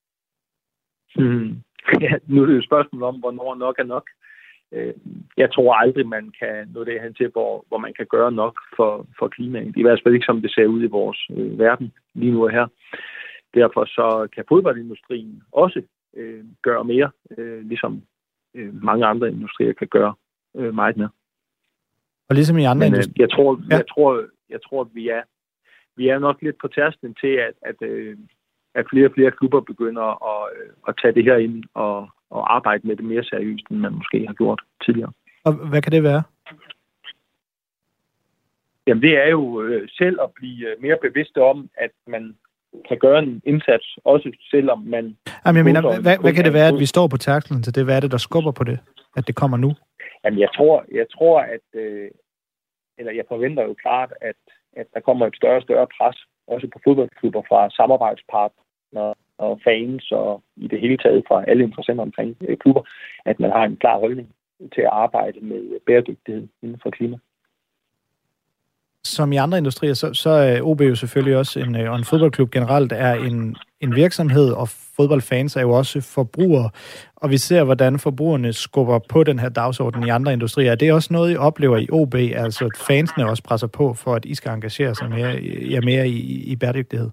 Hmm. Ja, nu er det jo et spørgsmål om, hvornår nok er nok. Jeg tror aldrig, man kan nå det hen til, hvor, hvor man kan gøre nok for, for klimaet. I hvert fald ikke, som det ser ud i vores øh, verden lige nu og her. Derfor så kan fodboldindustrien også øh, gøre mere, øh, ligesom øh, mange andre industrier kan gøre øh, meget mere. Og ligesom i andre Men, industrier? Øh, jeg tror, ja. jeg tror, jeg tror, at vi er, vi er nok lidt på tærsklen til, at, at, øh, at flere og flere klubber begynder at, øh, at tage det her ind og og arbejde med det mere seriøst, end man måske har gjort tidligere. Og hvad kan det være? Jamen det er jo øh, selv at blive mere bevidst om, at man kan gøre en indsats, også selvom man... Jamen jeg mener, hvad, hvad kan det være, at vi står på tærsklen til det? Hvad er det, der skubber på det, at det kommer nu? Jamen jeg tror, jeg tror at... Øh, eller jeg forventer jo klart, at, at der kommer et større og større pres, også på fodboldklubber fra samarbejdspartnere og fans og i det hele taget fra alle interessenter omkring øh, klubber, at man har en klar holdning til at arbejde med bæredygtighed inden for klima. Som i andre industrier, så, så er O B jo selvfølgelig også en, og en fodboldklub generelt er en, en virksomhed, og fodboldfans er jo også forbrugere, og vi ser, hvordan forbrugerne skubber på den her dagsorden i andre industrier. Det er også noget, I oplever i O B, altså at fansene også presser på, for at I skal engagere sig mere, ja, mere i, i bæredygtighed.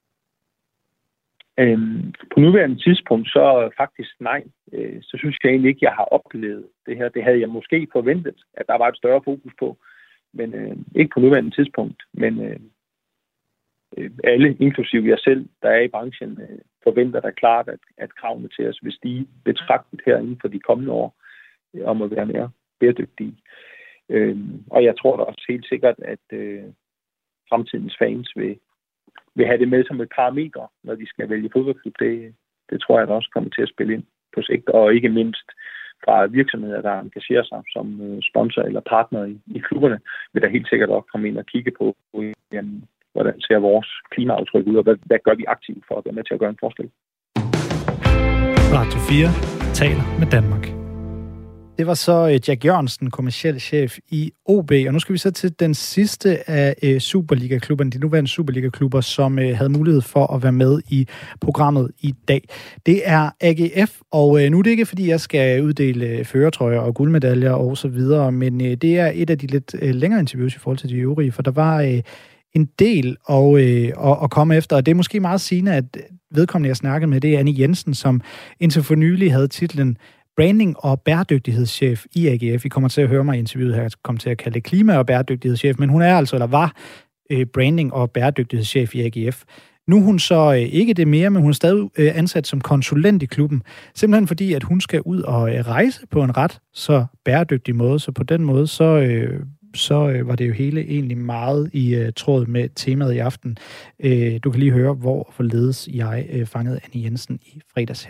Øhm, på nuværende tidspunkt, så faktisk nej. Øh, så synes jeg egentlig ikke, jeg har oplevet det her. Det havde jeg måske forventet, at der var et større fokus på, men øh, ikke på nuværende tidspunkt. Men øh, øh, alle, inklusive jeg selv, der er i branchen, øh, forventer da klart, at, at kravene til os vil stige betragteligt her inden for de kommende år, øh, om at være mere bæredygtige. Øh, og jeg tror da også helt sikkert, at øh, fremtidens fans vil vil have det med som et parameter, når de skal vælge fodboldklub. Det, det tror jeg da også kommer til at spille ind på sigt, og ikke mindst fra virksomheder, der engagerer sig som sponsor eller partner i, i klubberne, vil der helt sikkert også komme ind og kigge på, jamen, hvordan ser vores klimaaftryk ud, og hvad, hvad gør vi aktivt for at være med til at gøre en forskel. Radio fire taler med Danmark. Det var så Jack Jørgensen, kommerciel chef i O B, og nu skal vi så til den sidste af Superliga-klubberne, de nuværende Superliga-klubber, som havde mulighed for at være med i programmet i dag. Det er A G F, og nu er det ikke, fordi jeg skal uddele førertrøjer og guldmedaljer og så videre, men det er et af de lidt længere interviews i forhold til de øvrige, for der var en del at, at, at komme efter, og det er måske meget sigende, at vedkommende, jeg snakkede med, det er Annie Jensen, som indtil for nylig havde titlen branding- og bæredygtighedschef i A G F. I kommer til at høre mig i interviewet her, jeg kommer til at kalde det klima- og bæredygtighedschef, men hun er altså, eller var, branding- og bæredygtighedschef i A G F. Nu er hun så ikke det mere, men hun er stadig ansat som konsulent i klubben, simpelthen fordi, at hun skal ud og rejse på en ret så bæredygtig måde, så på den måde, så, så var det jo hele egentlig meget i tråd med temaet i aften. Du kan lige høre, hvor forledes jeg fangede Annie Jensen i fredags her.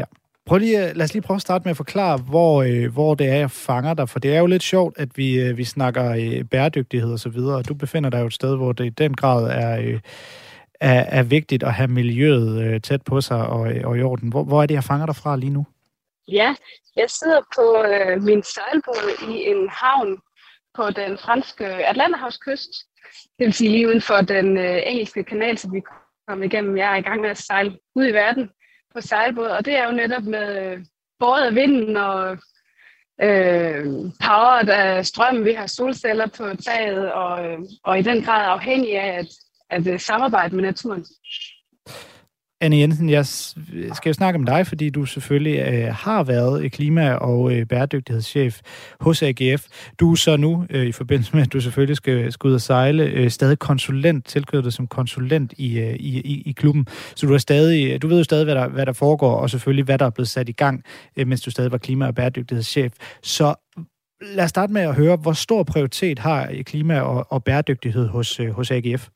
Prøv lige, lad os lige prøve at starte med at forklare, hvor, øh, hvor det er, jeg fanger dig. For det er jo lidt sjovt, at vi, øh, vi snakker øh, bæredygtighed og så videre. Og du befinder dig jo et sted, hvor det i den grad er, øh, er, er vigtigt at have miljøet øh, tæt på sig og, og i orden. Hvor, hvor er det, jeg fanger dig fra lige nu? Ja, jeg sidder på øh, min sejlbåd i en havn på den franske Atlanterhavskyst. Det vil sige lige uden for den øh, engelske kanal, som vi kommer igennem. Jeg er i gang med at sejle ud i verden på sejlbåd, og det er jo netop med øh, båret af vinden og øh, powered af strøm. Vi har solceller på taget, og, øh, og i den grad afhængig af at, at, at samarbejde med naturen. Anne Jensen, jeg skal jo snakke om dig, fordi du selvfølgelig øh, har været klima- og øh, bæredygtighedschef hos A G F. Du er så nu, øh, i forbindelse med, at du selvfølgelig skal, skal ud og sejle, øh, stadig konsulent, tilknyttet som konsulent i, øh, i, i, i klubben. Så du er stadig, du ved jo stadig, hvad der, hvad der foregår, og selvfølgelig, hvad der er blevet sat i gang, øh, mens du stadig var klima- og bæredygtighedschef. Så lad os starte med at høre, hvor stor prioritet har klima- og, og bæredygtighed hos, øh, hos A G F?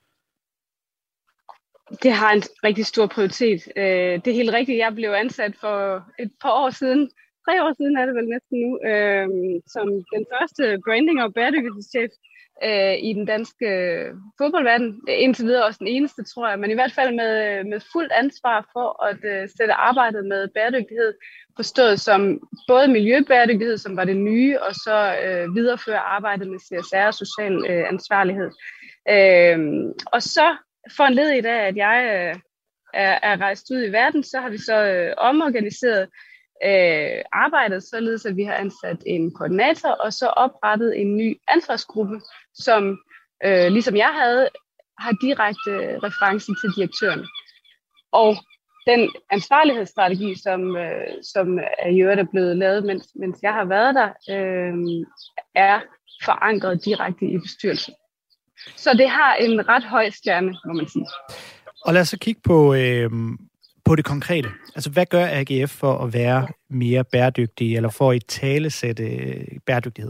Det har en rigtig stor prioritet. Det er helt rigtigt. Jeg blev ansat for et par år siden, tre år siden er det vel næsten nu, som den første branding- og bæredygtighedschef i den danske fodboldverden. Indtil videre også den eneste, tror jeg, men i hvert fald med, med fuldt ansvar for at sætte arbejdet med bæredygtighed forstået som både miljøbæredygtighed, som var det nye, og så videreføre arbejdet med C S R og social ansvarlighed. Og så for en led i dag, at jeg øh, er, er rejst ud i verden, så har vi så øh, omorganiseret øh, arbejdet, således at vi har ansat en koordinator, og så oprettet en ny ansvarsgruppe, som, øh, ligesom jeg havde, har direkte øh, reference til direktøren. Og den ansvarlighedsstrategi, som, øh, som er i øvrigt er blevet lavet, mens, mens jeg har været der, øh, er forankret direkte i bestyrelsen. Så det har en ret høj stjerne, må man sige. Og lad os så kigge på, øh, på det konkrete. Altså, hvad gør A G F for at være mere bæredygtig, eller for at italesætte bæredygtighed?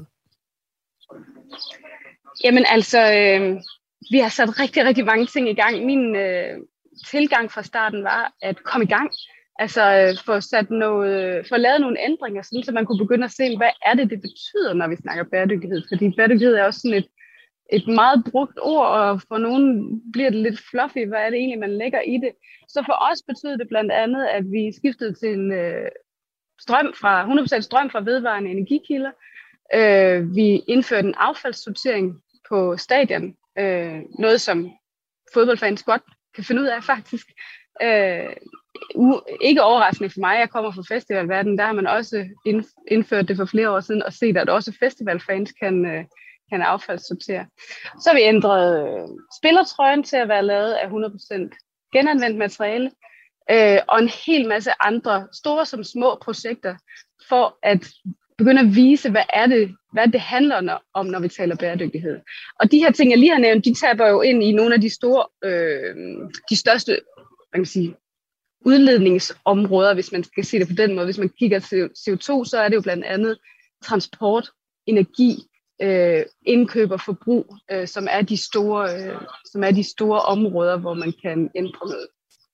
Jamen altså, øh, vi har sat rigtig, rigtig mange ting i gang. Min øh, tilgang fra starten var at komme i gang. Altså øh, få sat noget, få lavet nogle ændringer, sådan, så man kunne begynde at se, hvad er det, det betyder, når vi snakker bæredygtighed. Fordi bæredygtighed er også sådan et et meget brugt ord, og for nogen bliver det lidt fluffy, hvad er det egentlig, man lægger i det. Så for os betyder det blandt andet, at vi skiftede til øh, strøm fra, hundrede procent strøm fra vedvarende energikilder. Øh, vi indførte en affaldssortering på stadion, øh, noget som fodboldfans godt kan finde ud af faktisk. Øh, u- ikke overraskende for mig, jeg kommer fra festivalverdenen, der har man også indført det for flere år siden, og set, at også festivalfans kan øh, kan affaldssortere. Så har vi ændret øh, spillertrøjen til at være lavet af hundrede procent genanvendt materiale, øh, og en hel masse andre store som små projekter, for at begynde at vise, hvad er det, hvad det handler om, når vi taler bæredygtighed. Og de her ting, jeg lige har nævnt, de taber jo ind i nogle af de store, øh, de største, hvad kan man sige, udledningsområder, hvis man skal se det på den måde. Hvis man kigger til C O to, så er det jo blandt andet transport, energi, Øh, indkøb og forbrug, øh, som er de store, øh, som er de store områder, hvor man kan ændre noget.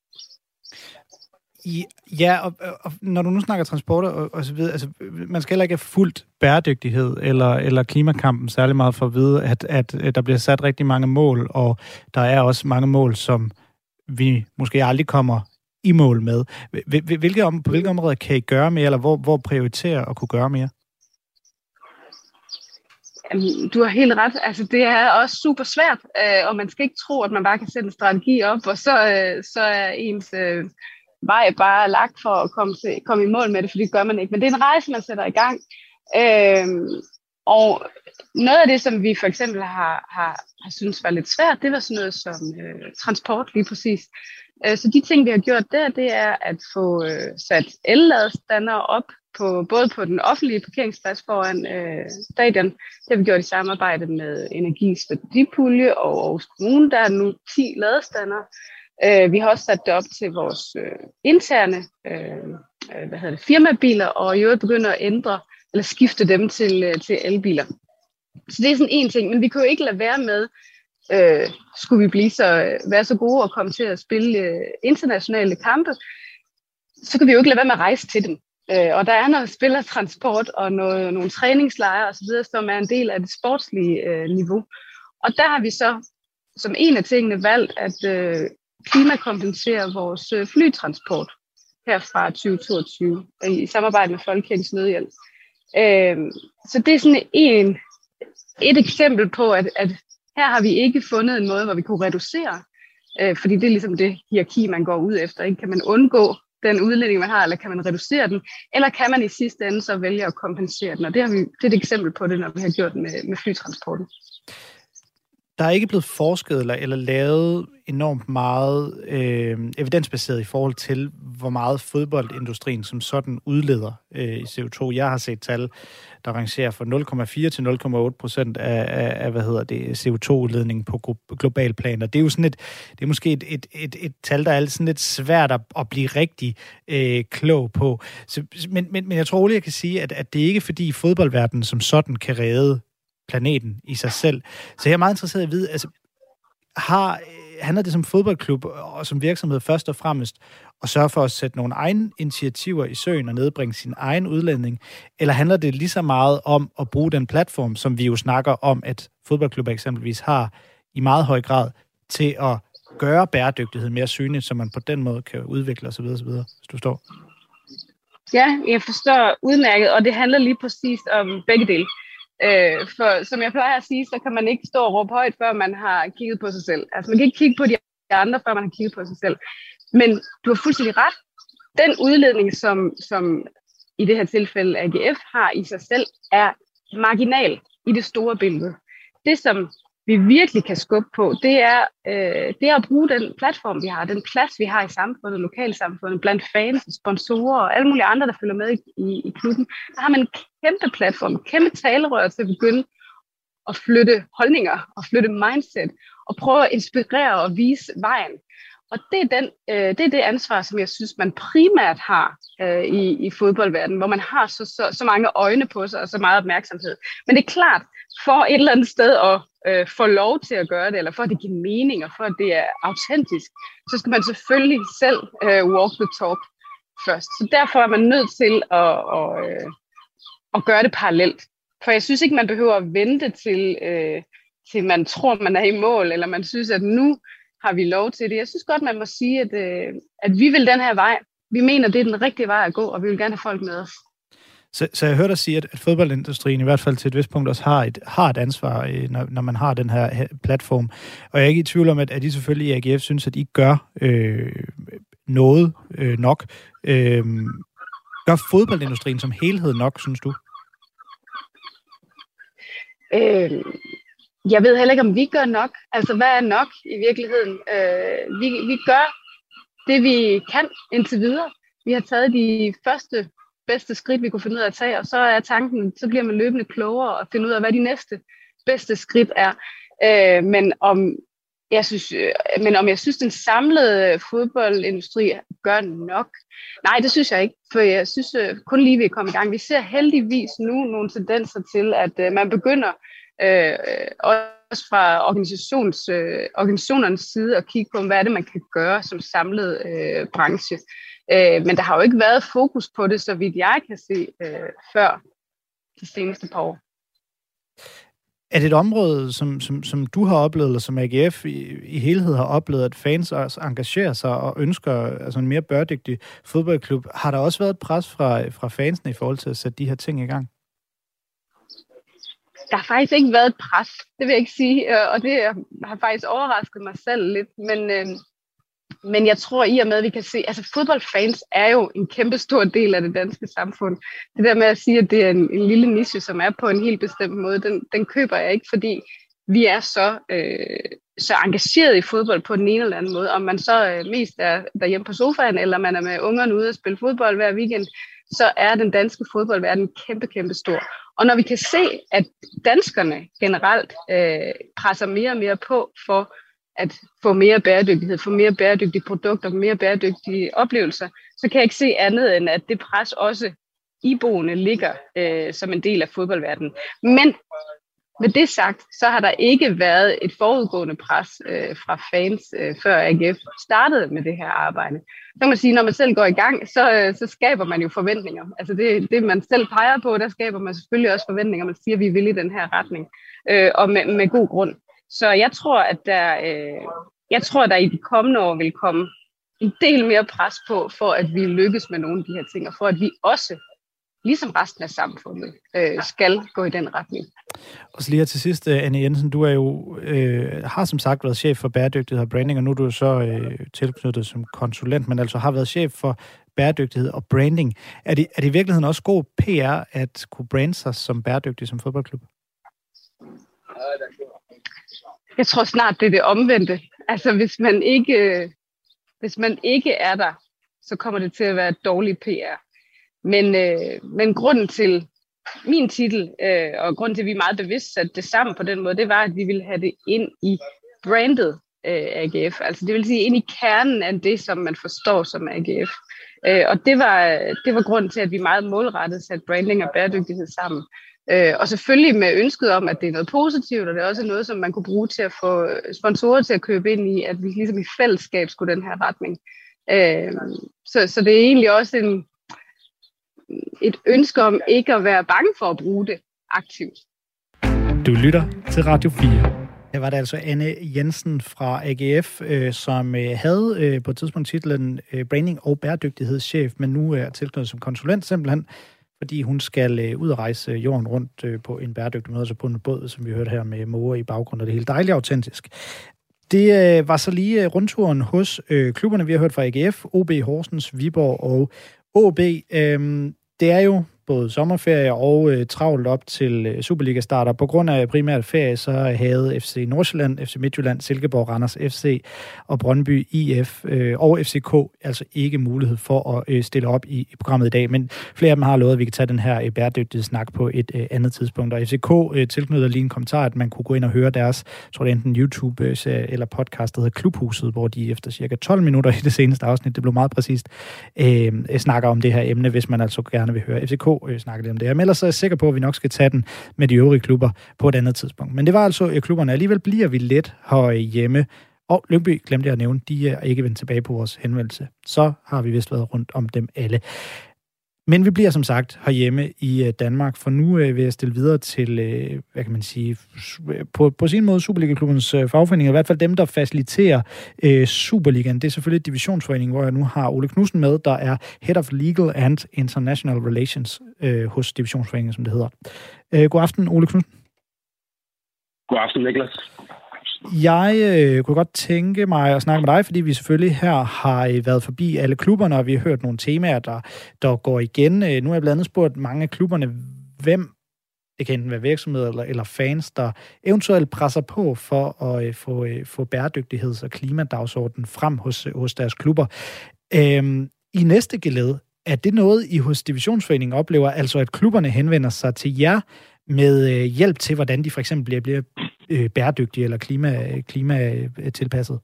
Ja, og, og når du nu snakker transport og, og så videre, altså man skal heller ikke have fuldt bæredygtighed eller, eller klimakampen særlig meget for at vide, at, at der bliver sat rigtig mange mål, og der er også mange mål, som vi måske aldrig kommer i mål med. Hvilke, på hvilke områder kan I gøre mere, eller hvor, hvor prioriterer at kunne gøre mere? Jamen, du har helt ret. Altså, det er også super svært, øh, og man skal ikke tro, at man bare kan sætte en strategi op, og så, øh, så er ens øh, vej bare lagt for at komme, til, komme i mål med det, for det gør man ikke. Men det er en rejse, man sætter i gang. Øh, og noget af det, som vi for eksempel har, har, har synes var lidt svært, det var sådan noget som øh, transport lige præcis. Øh, så de ting, vi har gjort der, det er at få øh, sat el-ladestander op, På, både på den offentlige parkeringsplads foran øh, stadion. Det har vi gjort i samarbejde med Energis Værdipulje og Aarhus Kommune. Der er nu ti ladestander. Øh, vi har også sat det op til vores øh, interne øh, hvad hedder det, firmabiler, og i øvrigt begynder at ændre eller skifte dem til, øh, til elbiler. Så det er sådan en ting, men vi kan jo ikke lade være med, øh, skulle vi blive så, være så gode og komme til at spille øh, internationale kampe, så kan vi jo ikke lade være med at rejse til dem. Øh, og der er noget spillertransport og noget, nogle træningslejre osv., som er en del af det sportslige øh, niveau. Og der har vi så som en af tingene valgt at øh, klimakompensere vores øh, flytransport her fra tyve toogtyve i samarbejde med Folkekirkens Nødhjælp. Øh, så det er sådan en, et eksempel på, at, at her har vi ikke fundet en måde, hvor vi kunne reducere, øh, fordi det er ligesom det hierarki, man går ud efter. Ikke? Kan man undgå den udledning, man har, eller kan man reducere den, eller kan man i sidste ende så vælge at kompensere den? Og det, har vi, det er et eksempel på det, når vi har gjort med, med flytransporten. Der er ikke blevet forsket eller, eller lavet enormt meget øh, evidensbaseret i forhold til, hvor meget fodboldindustrien som sådan udleder øh, i C O to. Jeg har set tal, der rangerer fra nul komma fire til nul komma otte procent af, af, af hvad hedder det, C O to-udledningen på global plan. Og det er jo sådan et, det er måske et, et, et, et tal, der er sådan lidt svært at, at blive rigtig øh, klog på. Så, men, men, men jeg tror roligt, jeg kan sige, at, at det ikke er fordi fodboldverdenen som sådan kan redde planeten i sig selv. Så jeg er meget interesseret i at vide, altså, har, handler det som fodboldklub og som virksomhed først og fremmest at sørge for at sætte nogle egne initiativer i søen og nedbringe sin egen udledning, eller handler det lige så meget om at bruge den platform, som vi jo snakker om, at fodboldklubber eksempelvis har i meget høj grad, til at gøre bæredygtighed mere synligt, så man på den måde kan udvikle osv. osv., hvis du står? Ja, jeg forstår udmærket, og det handler lige præcis om begge dele. Øh, for som jeg plejer at sige, så kan man ikke stå og råbe højt, før man har kigget på sig selv. Altså man kan ikke kigge på de andre, før man har kigget på sig selv. Men du har fuldstændig ret. Den udledning, som, som i det her tilfælde A G F har i sig selv, er marginal i det store billede. Det, som vi virkelig kan skubbe på, det er, øh, det er at bruge den platform, vi har, den plads, vi har i samfundet, lokalsamfundet, blandt fans, sponsorer og alle mulige andre, der følger med i, i, i klubben. Der har man en kæmpe platform, en kæmpe talerør til at begynde at flytte holdninger og flytte mindset og prøve at inspirere og vise vejen. Og det er, den, øh, det er det ansvar, som jeg synes, man primært har øh, i, i fodboldverdenen, hvor man har så, så, så mange øjne på sig og så meget opmærksomhed. Men det er klart, for et eller andet sted at øh, få lov til at gøre det, eller for at det giver mening, og for at det er autentisk, så skal man selvfølgelig selv øh, walk the talk først. Så derfor er man nødt til at, at, øh, at gøre det parallelt. For jeg synes ikke, man behøver at vente til, øh, til man tror, man er i mål, eller man synes, at nu har vi lov til det. Jeg synes godt, man må sige, at, øh, at vi vil den her vej. Vi mener, det er den rigtige vej at gå, og vi vil gerne have folk med os. Så, så jeg hørte dig sige, at, at fodboldindustrien i hvert fald til et vist punkt også har et, har et ansvar, når, når man har den her platform. Og jeg er ikke i tvivl om, at, at I selvfølgelig i A G F synes, at I gør øh, noget øh, nok. Øh, gør fodboldindustrien som helhed nok, synes du? Øh, jeg ved heller ikke, om vi gør nok. Altså, hvad er nok i virkeligheden? Øh, vi, vi gør det, vi kan indtil videre. Vi har taget de første bedste skridt, vi kunne finde ud af at tage, og så er tanken, så bliver man løbende klogere og finde ud af, hvad de næste bedste skridt er. Øh, men, om jeg synes, øh, men om jeg synes, den samlede fodboldindustri gør nok? Nej, det synes jeg ikke, for jeg synes øh, kun lige, vi er kommet i gang. Vi ser heldigvis nu nogle tendenser til, at øh, man begynder øh, også fra organisations, øh, organisationernes side at kigge på, hvad er det, man kan gøre som samlet øh, branche. Øh, men der har jo ikke været fokus på det, så vidt jeg kan se, øh, før de seneste par år. Er det et område, som, som, som du har oplevet, eller som A G F i, i helhed har oplevet, at fans også engagerer sig og ønsker altså en mere bæredygtig fodboldklub? Har der også været et pres fra, fra fansene i forhold til at sætte de her ting i gang? Der har faktisk ikke været et pres, det vil jeg ikke sige, og det har faktisk overrasket mig selv lidt, men... Øh, Men jeg tror i og med, at vi kan se, altså fodboldfans er jo en kæmpe stor del af det danske samfund. Det der med at sige, at det er en, en lille niche, som er på en helt bestemt måde, den, den køber jeg ikke, fordi vi er så, øh, så engageret i fodbold på den ene eller anden måde. Om man så øh, mest er derhjemme på sofaen, eller man er med ungerne ude og spille fodbold hver weekend, så er den danske fodboldverden kæmpe, kæmpe stor. Og når vi kan se, at danskerne generelt øh, presser mere og mere på for at få mere bæredygtighed, få mere bæredygtige produkter, mere bæredygtige oplevelser, så kan jeg ikke se andet end, at det pres også iboende ligger øh, som en del af fodboldverdenen. Men Med det sagt, så har der ikke været et forudgående pres øh, fra fans, øh, før A G F startede med det her arbejde. Så kan man sige, når man selv går i gang, så, øh, så skaber man jo forventninger. Altså det, det, man selv peger på, der skaber man selvfølgelig også forventninger. Man siger, at vi vil i den her retning, øh, og med, med god grund. Så jeg tror, at der, øh, jeg tror, der i de kommende år vil komme en del mere pres på, for at vi lykkes med nogle af de her ting, og for at vi også, ligesom resten af samfundet, øh, skal gå i den retning. Og så lige her til sidst, Anne Jensen, du er jo, øh, har som sagt været chef for bæredygtighed og branding, og nu er du så øh, tilknyttet som konsulent, men altså har været chef for bæredygtighed og branding. Er det, er det i virkeligheden også god P R at kunne brande sig som bæredygtig som fodboldklub? Jeg tror snart, det er det omvendte. Altså, hvis man ikke, hvis man ikke er der, så kommer det til at være dårlig P R. Men, øh, men grunden til min titel, øh, og grunden til, at vi meget bevidst satte det sammen på den måde, det var, at vi ville have det ind i brandet øh, A G F. Altså det vil sige ind i kernen af det, som man forstår som A G F. Øh, og det var, det var grunden til, at vi meget målrettet satte branding og bæredygtighed sammen. Øh, og selvfølgelig med ønsket om, at det er noget positivt, og det er også noget, som man kunne bruge til at få sponsorer til at købe ind i, at vi ligesom i fællesskab skulle den her retning. Øh, så, så det er egentlig også en et ønske om ikke at være bange for at bruge det aktivt. Du lytter til Radio fire. Her var det altså Anne Jensen fra A G F, øh, som øh, havde øh, på et tidspunkt titlen øh, branding- og bæredygtighedschef, men nu er tilknyttet som konsulent simpelthen, fordi hun skal øh, ud og rejse jorden rundt øh, på en bæredygtig måde, altså på en båd, som vi hørte her med måger i baggrunden, og det er helt dejligt autentisk. Det øh, var så lige øh, rundturen hos øh, klubberne, vi har hørt fra A G F, O B Horsens, Viborg og O B. Øh, det er jo både sommerferie og øh, travlt op til øh, Superliga-starter. På grund af primært ferie, så havde F C Nordsjælland, F C Midtjylland, Silkeborg, Randers F C og Brøndby I F øh, og F C K altså ikke mulighed for at øh, stille op i, i programmet i dag. Men flere af dem har lovet, at vi kan tage den her øh, bæredygtighedssnak på et øh, andet tidspunkt. Og F C K øh, tilknytter lige en kommentar, at man kunne gå ind og høre deres, jeg tror det er enten YouTube-serie eller podcast, der hedder Klubhuset, hvor de efter cirka tolv minutter i det seneste afsnit, det blev meget præcist, øh, snakker om det her emne, hvis man altså gerne vil høre F C K øh, snakke lidt om det her. Men ellers er jeg sikker på, at vi nok skal tage den med de øvrige klubber på et andet tidspunkt. Men det var altså øh, klubberne. Alligevel bliver vi lidt herhjemme. Og Lyngby glemte jeg at nævne, de er ikke vendt tilbage på vores henvendelse. Så har vi vist været rundt om dem alle. Men vi bliver som sagt herhjemme i Danmark, for nu vil jeg stille videre til, hvad kan man sige, på, på sin måde Superliga-klubbens fagforening, i hvert fald dem, der faciliterer øh, Superligaen. Det er selvfølgelig et divisionsforening, hvor jeg nu har Ole Knudsen med, der er Head of Legal and International Relations øh, hos divisionsforeningen, som det hedder. Øh, god aften, Ole Knudsen. God aften, Niklas. Jeg øh, kunne godt tænke mig at snakke med dig, fordi vi selvfølgelig her har øh, været forbi alle klubberne, og vi har hørt nogle temaer, der, der går igen. Øh, nu har jeg blandt andet spurgt mange af klubberne, hvem, det kan enten være virksomheder eller, eller fans, der eventuelt presser på for at øh, få, øh, få bæredygtigheds- og klimadagsordenen frem hos, hos deres klubber. Øh, I næste geled, er det noget, I hos divisionsforeningen oplever, altså at klubberne henvender sig til jer med øh, hjælp til, hvordan de for eksempel bliver, bliver øh, bæredygtige eller klima, klimatilpasset?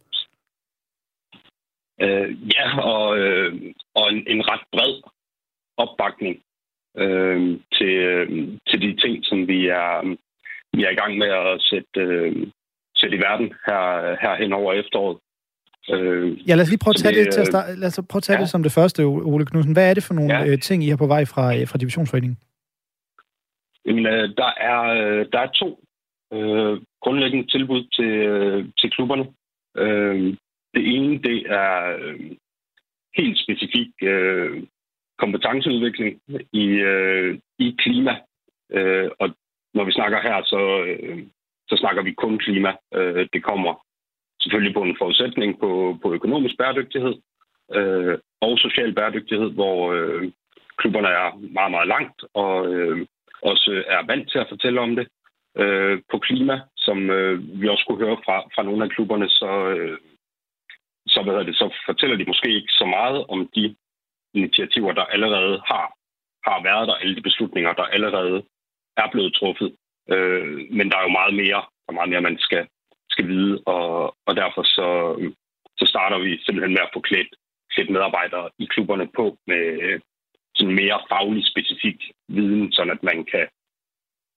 Øh, ja, og, øh, og en, en ret bred opbakning øh, til, øh, til de ting, som vi er, vi er i gang med at sætte, øh, sætte i verden her, her hen over efteråret. Øh, ja, lad os lige prøve at tage det, det til at starte. Lad os prøve at tage ja. det som det første, Ole Knudsen. Hvad er det for nogle ja. øh, ting, I har på vej fra, fra divisionsforeningen? Jamen, øh, der, er, øh, der er to øh, grundlæggende tilbud til, øh, til klubberne. Øh, det ene, det er øh, helt specifik øh, kompetenceudvikling i, øh, i klima. Øh, og når vi snakker her, så, øh, så snakker vi kun klima. Øh, det kommer selvfølgelig på en forudsætning på, på økonomisk bæredygtighed øh, og social bæredygtighed, hvor øh, klubberne er meget, meget langt og øh, også er vant til at fortælle om det. Øh, på klima, som øh, vi også kunne høre fra, fra nogle af klubberne, så, øh, så, hvad det, så fortæller de måske ikke så meget om de initiativer, der allerede har, har været der, alle de beslutninger, der allerede er blevet truffet. Øh, men der er jo meget mere, der er meget mere, man skal, skal vide, og, og derfor så, så starter vi simpelthen med at få klædt, klædt medarbejdere i klubberne på med sådan mere faglig specifik viden, sådan at man kan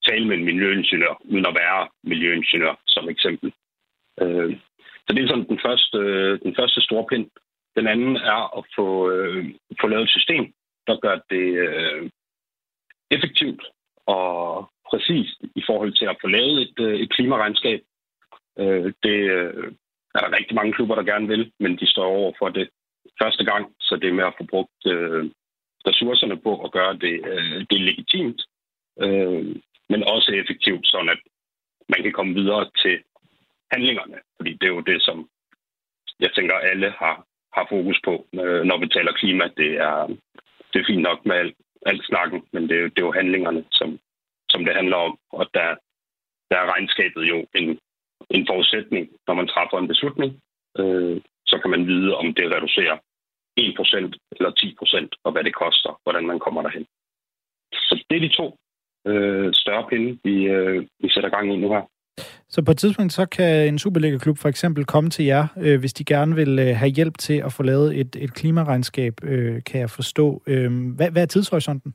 tale med en miljøingeniør, uden at være miljøingeniør, som eksempel. Øh, så det er sådan den første, den første store pind. Den anden er at få, øh, få lavet et system, der gør det øh, effektivt og præcist i forhold til at få lavet et, øh, et klimaregnskab. Øh, det øh, er der rigtig mange klubber, der gerne vil, men de står over for det første gang, så det er med at få brugt øh, ressourcerne på at gøre det, øh, det legitimt, øh, men også effektivt, sådan at man kan komme videre til handlingerne. Fordi det er jo det, som jeg tænker, alle har, har fokus på, øh, når vi taler klima. Det er, det er fint nok med alt, alt snakken, men det er, det er jo handlingerne, som, som det handler om. Og der, der er regnskabet jo en, en forudsætning, når man træffer en beslutning. Øh, så kan man vide, om det reducerer en procent eller ti procent, og hvad det koster, hvordan man kommer derhen. Så det er de to øh, større pinde, vi, øh, vi sætter gang i nu her. Så på et tidspunkt, så kan en Superliga-klub for eksempel komme til jer, øh, hvis de gerne vil øh, have hjælp til at få lavet et, et klimaregnskab, øh, kan jeg forstå. Øh, hvad, hvad er tidshorisonten?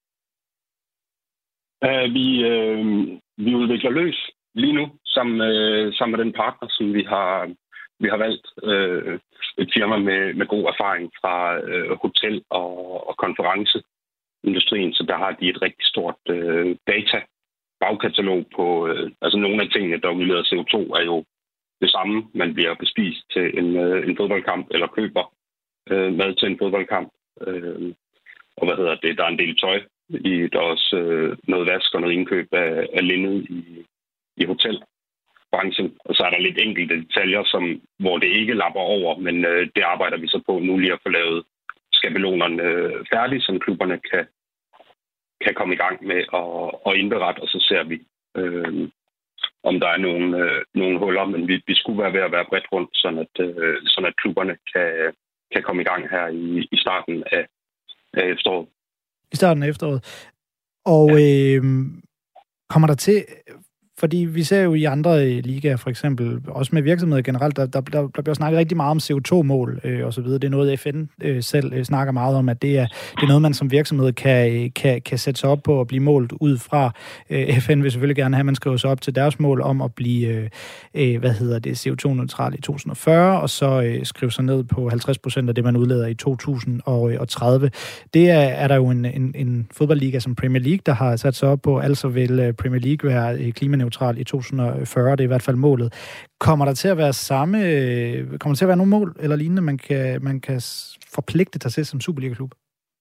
Uh, vi, øh, vi udvikler løs lige nu, sammen, øh, sammen med den partner, som vi har, vi har valgt. Øh, et firma med, med god erfaring fra øh, hotel- og, og konferenceindustrien, så der har de et rigtig stort øh, data bagkatalog på, øh, altså nogle af tingene, der udleder C O to, er jo det samme. Man bliver bespist til en, øh, en fodboldkamp, eller køber øh, mad til en fodboldkamp. Øh, og hvad hedder det? Der er en del tøj. I, der er også øh, noget vask og noget indkøb af, af linned i, i hotelbranchen. Og så er der lidt enkelte detaljer, som, hvor det ikke lapper over, men øh, det arbejder vi så på nu lige at få lavet skabelonerne øh, færdige, så klubberne kan kan komme i gang med at, at indberette, og så ser vi, øh, om der er nogle, øh, nogle huller, men vi, vi skulle være ved at være bredt rundt, sådan at, øh, sådan at klubberne kan, kan komme i gang her i, i starten af, af efteråret. I starten af efteråret. Og ja. øh, kommer der til... Fordi vi ser jo i andre ligaer, for eksempel, også med virksomheder generelt, der, der, der bliver snakket rigtig meget om C O to mål øh, og så videre. Det er noget, F N øh, selv øh, snakker meget om, at det er, det er noget, man som virksomhed kan, kan, kan sætte sig op på og blive målt ud fra. Øh, F N vil selvfølgelig gerne have, at man skriver sig op til deres mål om at blive, øh, hvad hedder det, C O to neutral i to tusind og fyrre, og så øh, skrive sig ned på halvtreds procent af det, man udleder i to tusind og tredive. Det er, er der jo en, en, en fodboldliga som Premier League, der har sat sig op på, altså vil Premier League være klimaneutral i to tusind og fyrre, det er i hvert fald målet. Kommer der til at være samme, kommer der til at være nogle mål eller lignende, man kan, man kan forpligte sig til som Superliga-klub?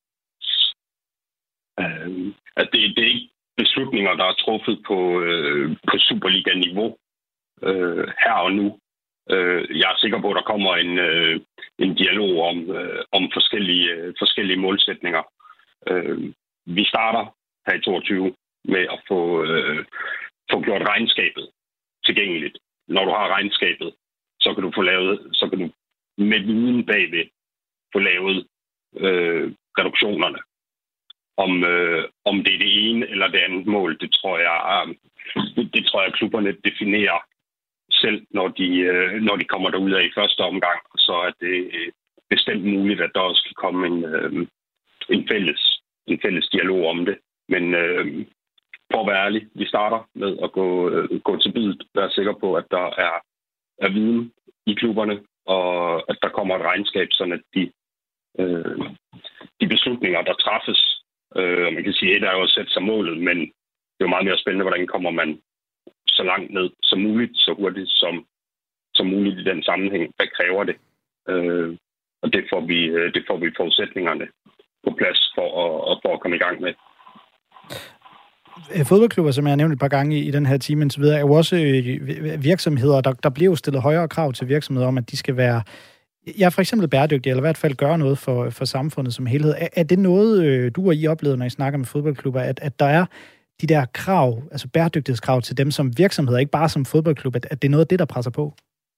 Uh, altså det, det er ikke beslutninger, der er truffet på, øh, på Superliga-niveau øh, her og nu. Øh, jeg er sikker på, at der kommer en, øh, en dialog om, øh, om forskellige, øh, forskellige målsætninger. Øh, vi starter her i toogtyve med at få øh, få gjort regnskabet tilgængeligt. Når du har regnskabet, så kan du få lavet, så kan du med viden bagved få lavet øh, reduktionerne. Om, øh, om det er det ene eller det andet mål, det tror jeg, øh, det, det tror jeg, klubberne definerer selv, når de, øh, når de kommer derud af i første omgang. Så er det bestemt muligt, at der også kan komme en, øh, en, fælles, en fælles dialog om det. Men øh, for at være ærlig, vi starter med at gå, øh, gå til biddet, være sikker på, at der er, er viden i klubberne, og at der kommer et regnskab, sådan at de, øh, de beslutninger, der træffes, øh, man kan sige, at der er jo at sætte sig målet, men det er jo meget mere spændende, hvordan kommer man så langt ned som muligt, så hurtigt som, som muligt i den sammenhæng. Hvad kræver det? Øh, og det får, vi, det får vi forudsætningerne på plads for at, for at komme i gang med. Fodboldklubber, som jeg har nævnt et par gange i, i den her time indtil videre, er jo også øh, virksomheder, der, der bliver jo stillet højere krav til virksomheder om, at de skal være, ja, for eksempel bæredygtige, eller i hvert fald gøre noget for, for samfundet som helhed. Er, er det noget, øh, du og I oplever, når I snakker med fodboldklubber, at, at der er de der krav, altså bæredygtighedskrav til dem som virksomheder, ikke bare som fodboldklub, at, at det er noget af det, der presser på?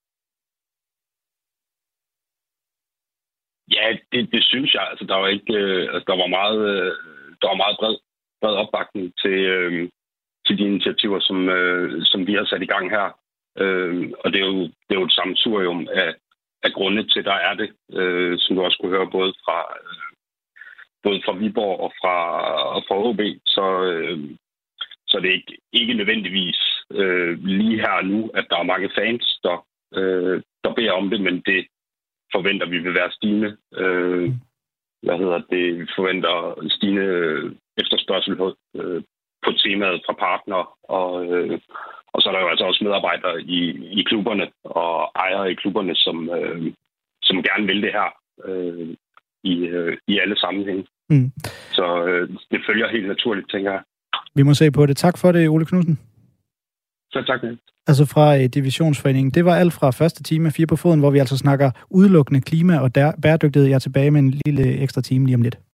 Ja, det, det synes jeg. Altså, der var ikke, øh, altså, der var meget, øh, der var meget bred bred opbakning til, øh, til de initiativer, som, øh, som vi har sat i gang her. Øh, og det er jo, det er jo et sammensurium af, af grunde til, der er det, øh, som du også kunne høre både fra, øh, både fra Viborg og fra, og fra O B. Så, øh, så det er ikke, ikke nødvendigvis øh, lige her og nu, at der er mange fans, der, øh, der beder om det, men det forventer vi vil være stigende. Øh, hvad hedder det? Vi forventer stigende efterspørgsel øh, på temaet fra partner, og, øh, og så er der jo altså også medarbejdere i, i klubberne og ejere i klubberne, som, øh, som gerne vil det her øh, i, øh, i alle sammenhænge. Mm. Så øh, det følger helt naturligt, tænker jeg. Vi må se på det. Tak for det, Ole Knudsen. Så tak. Altså fra uh, Divisionsforeningen. Det var alt fra første time af Fire på Foden, hvor vi altså snakker udelukkende klima og der- bæredygtighed. Jeg er tilbage med en lille ekstra time lige om lidt.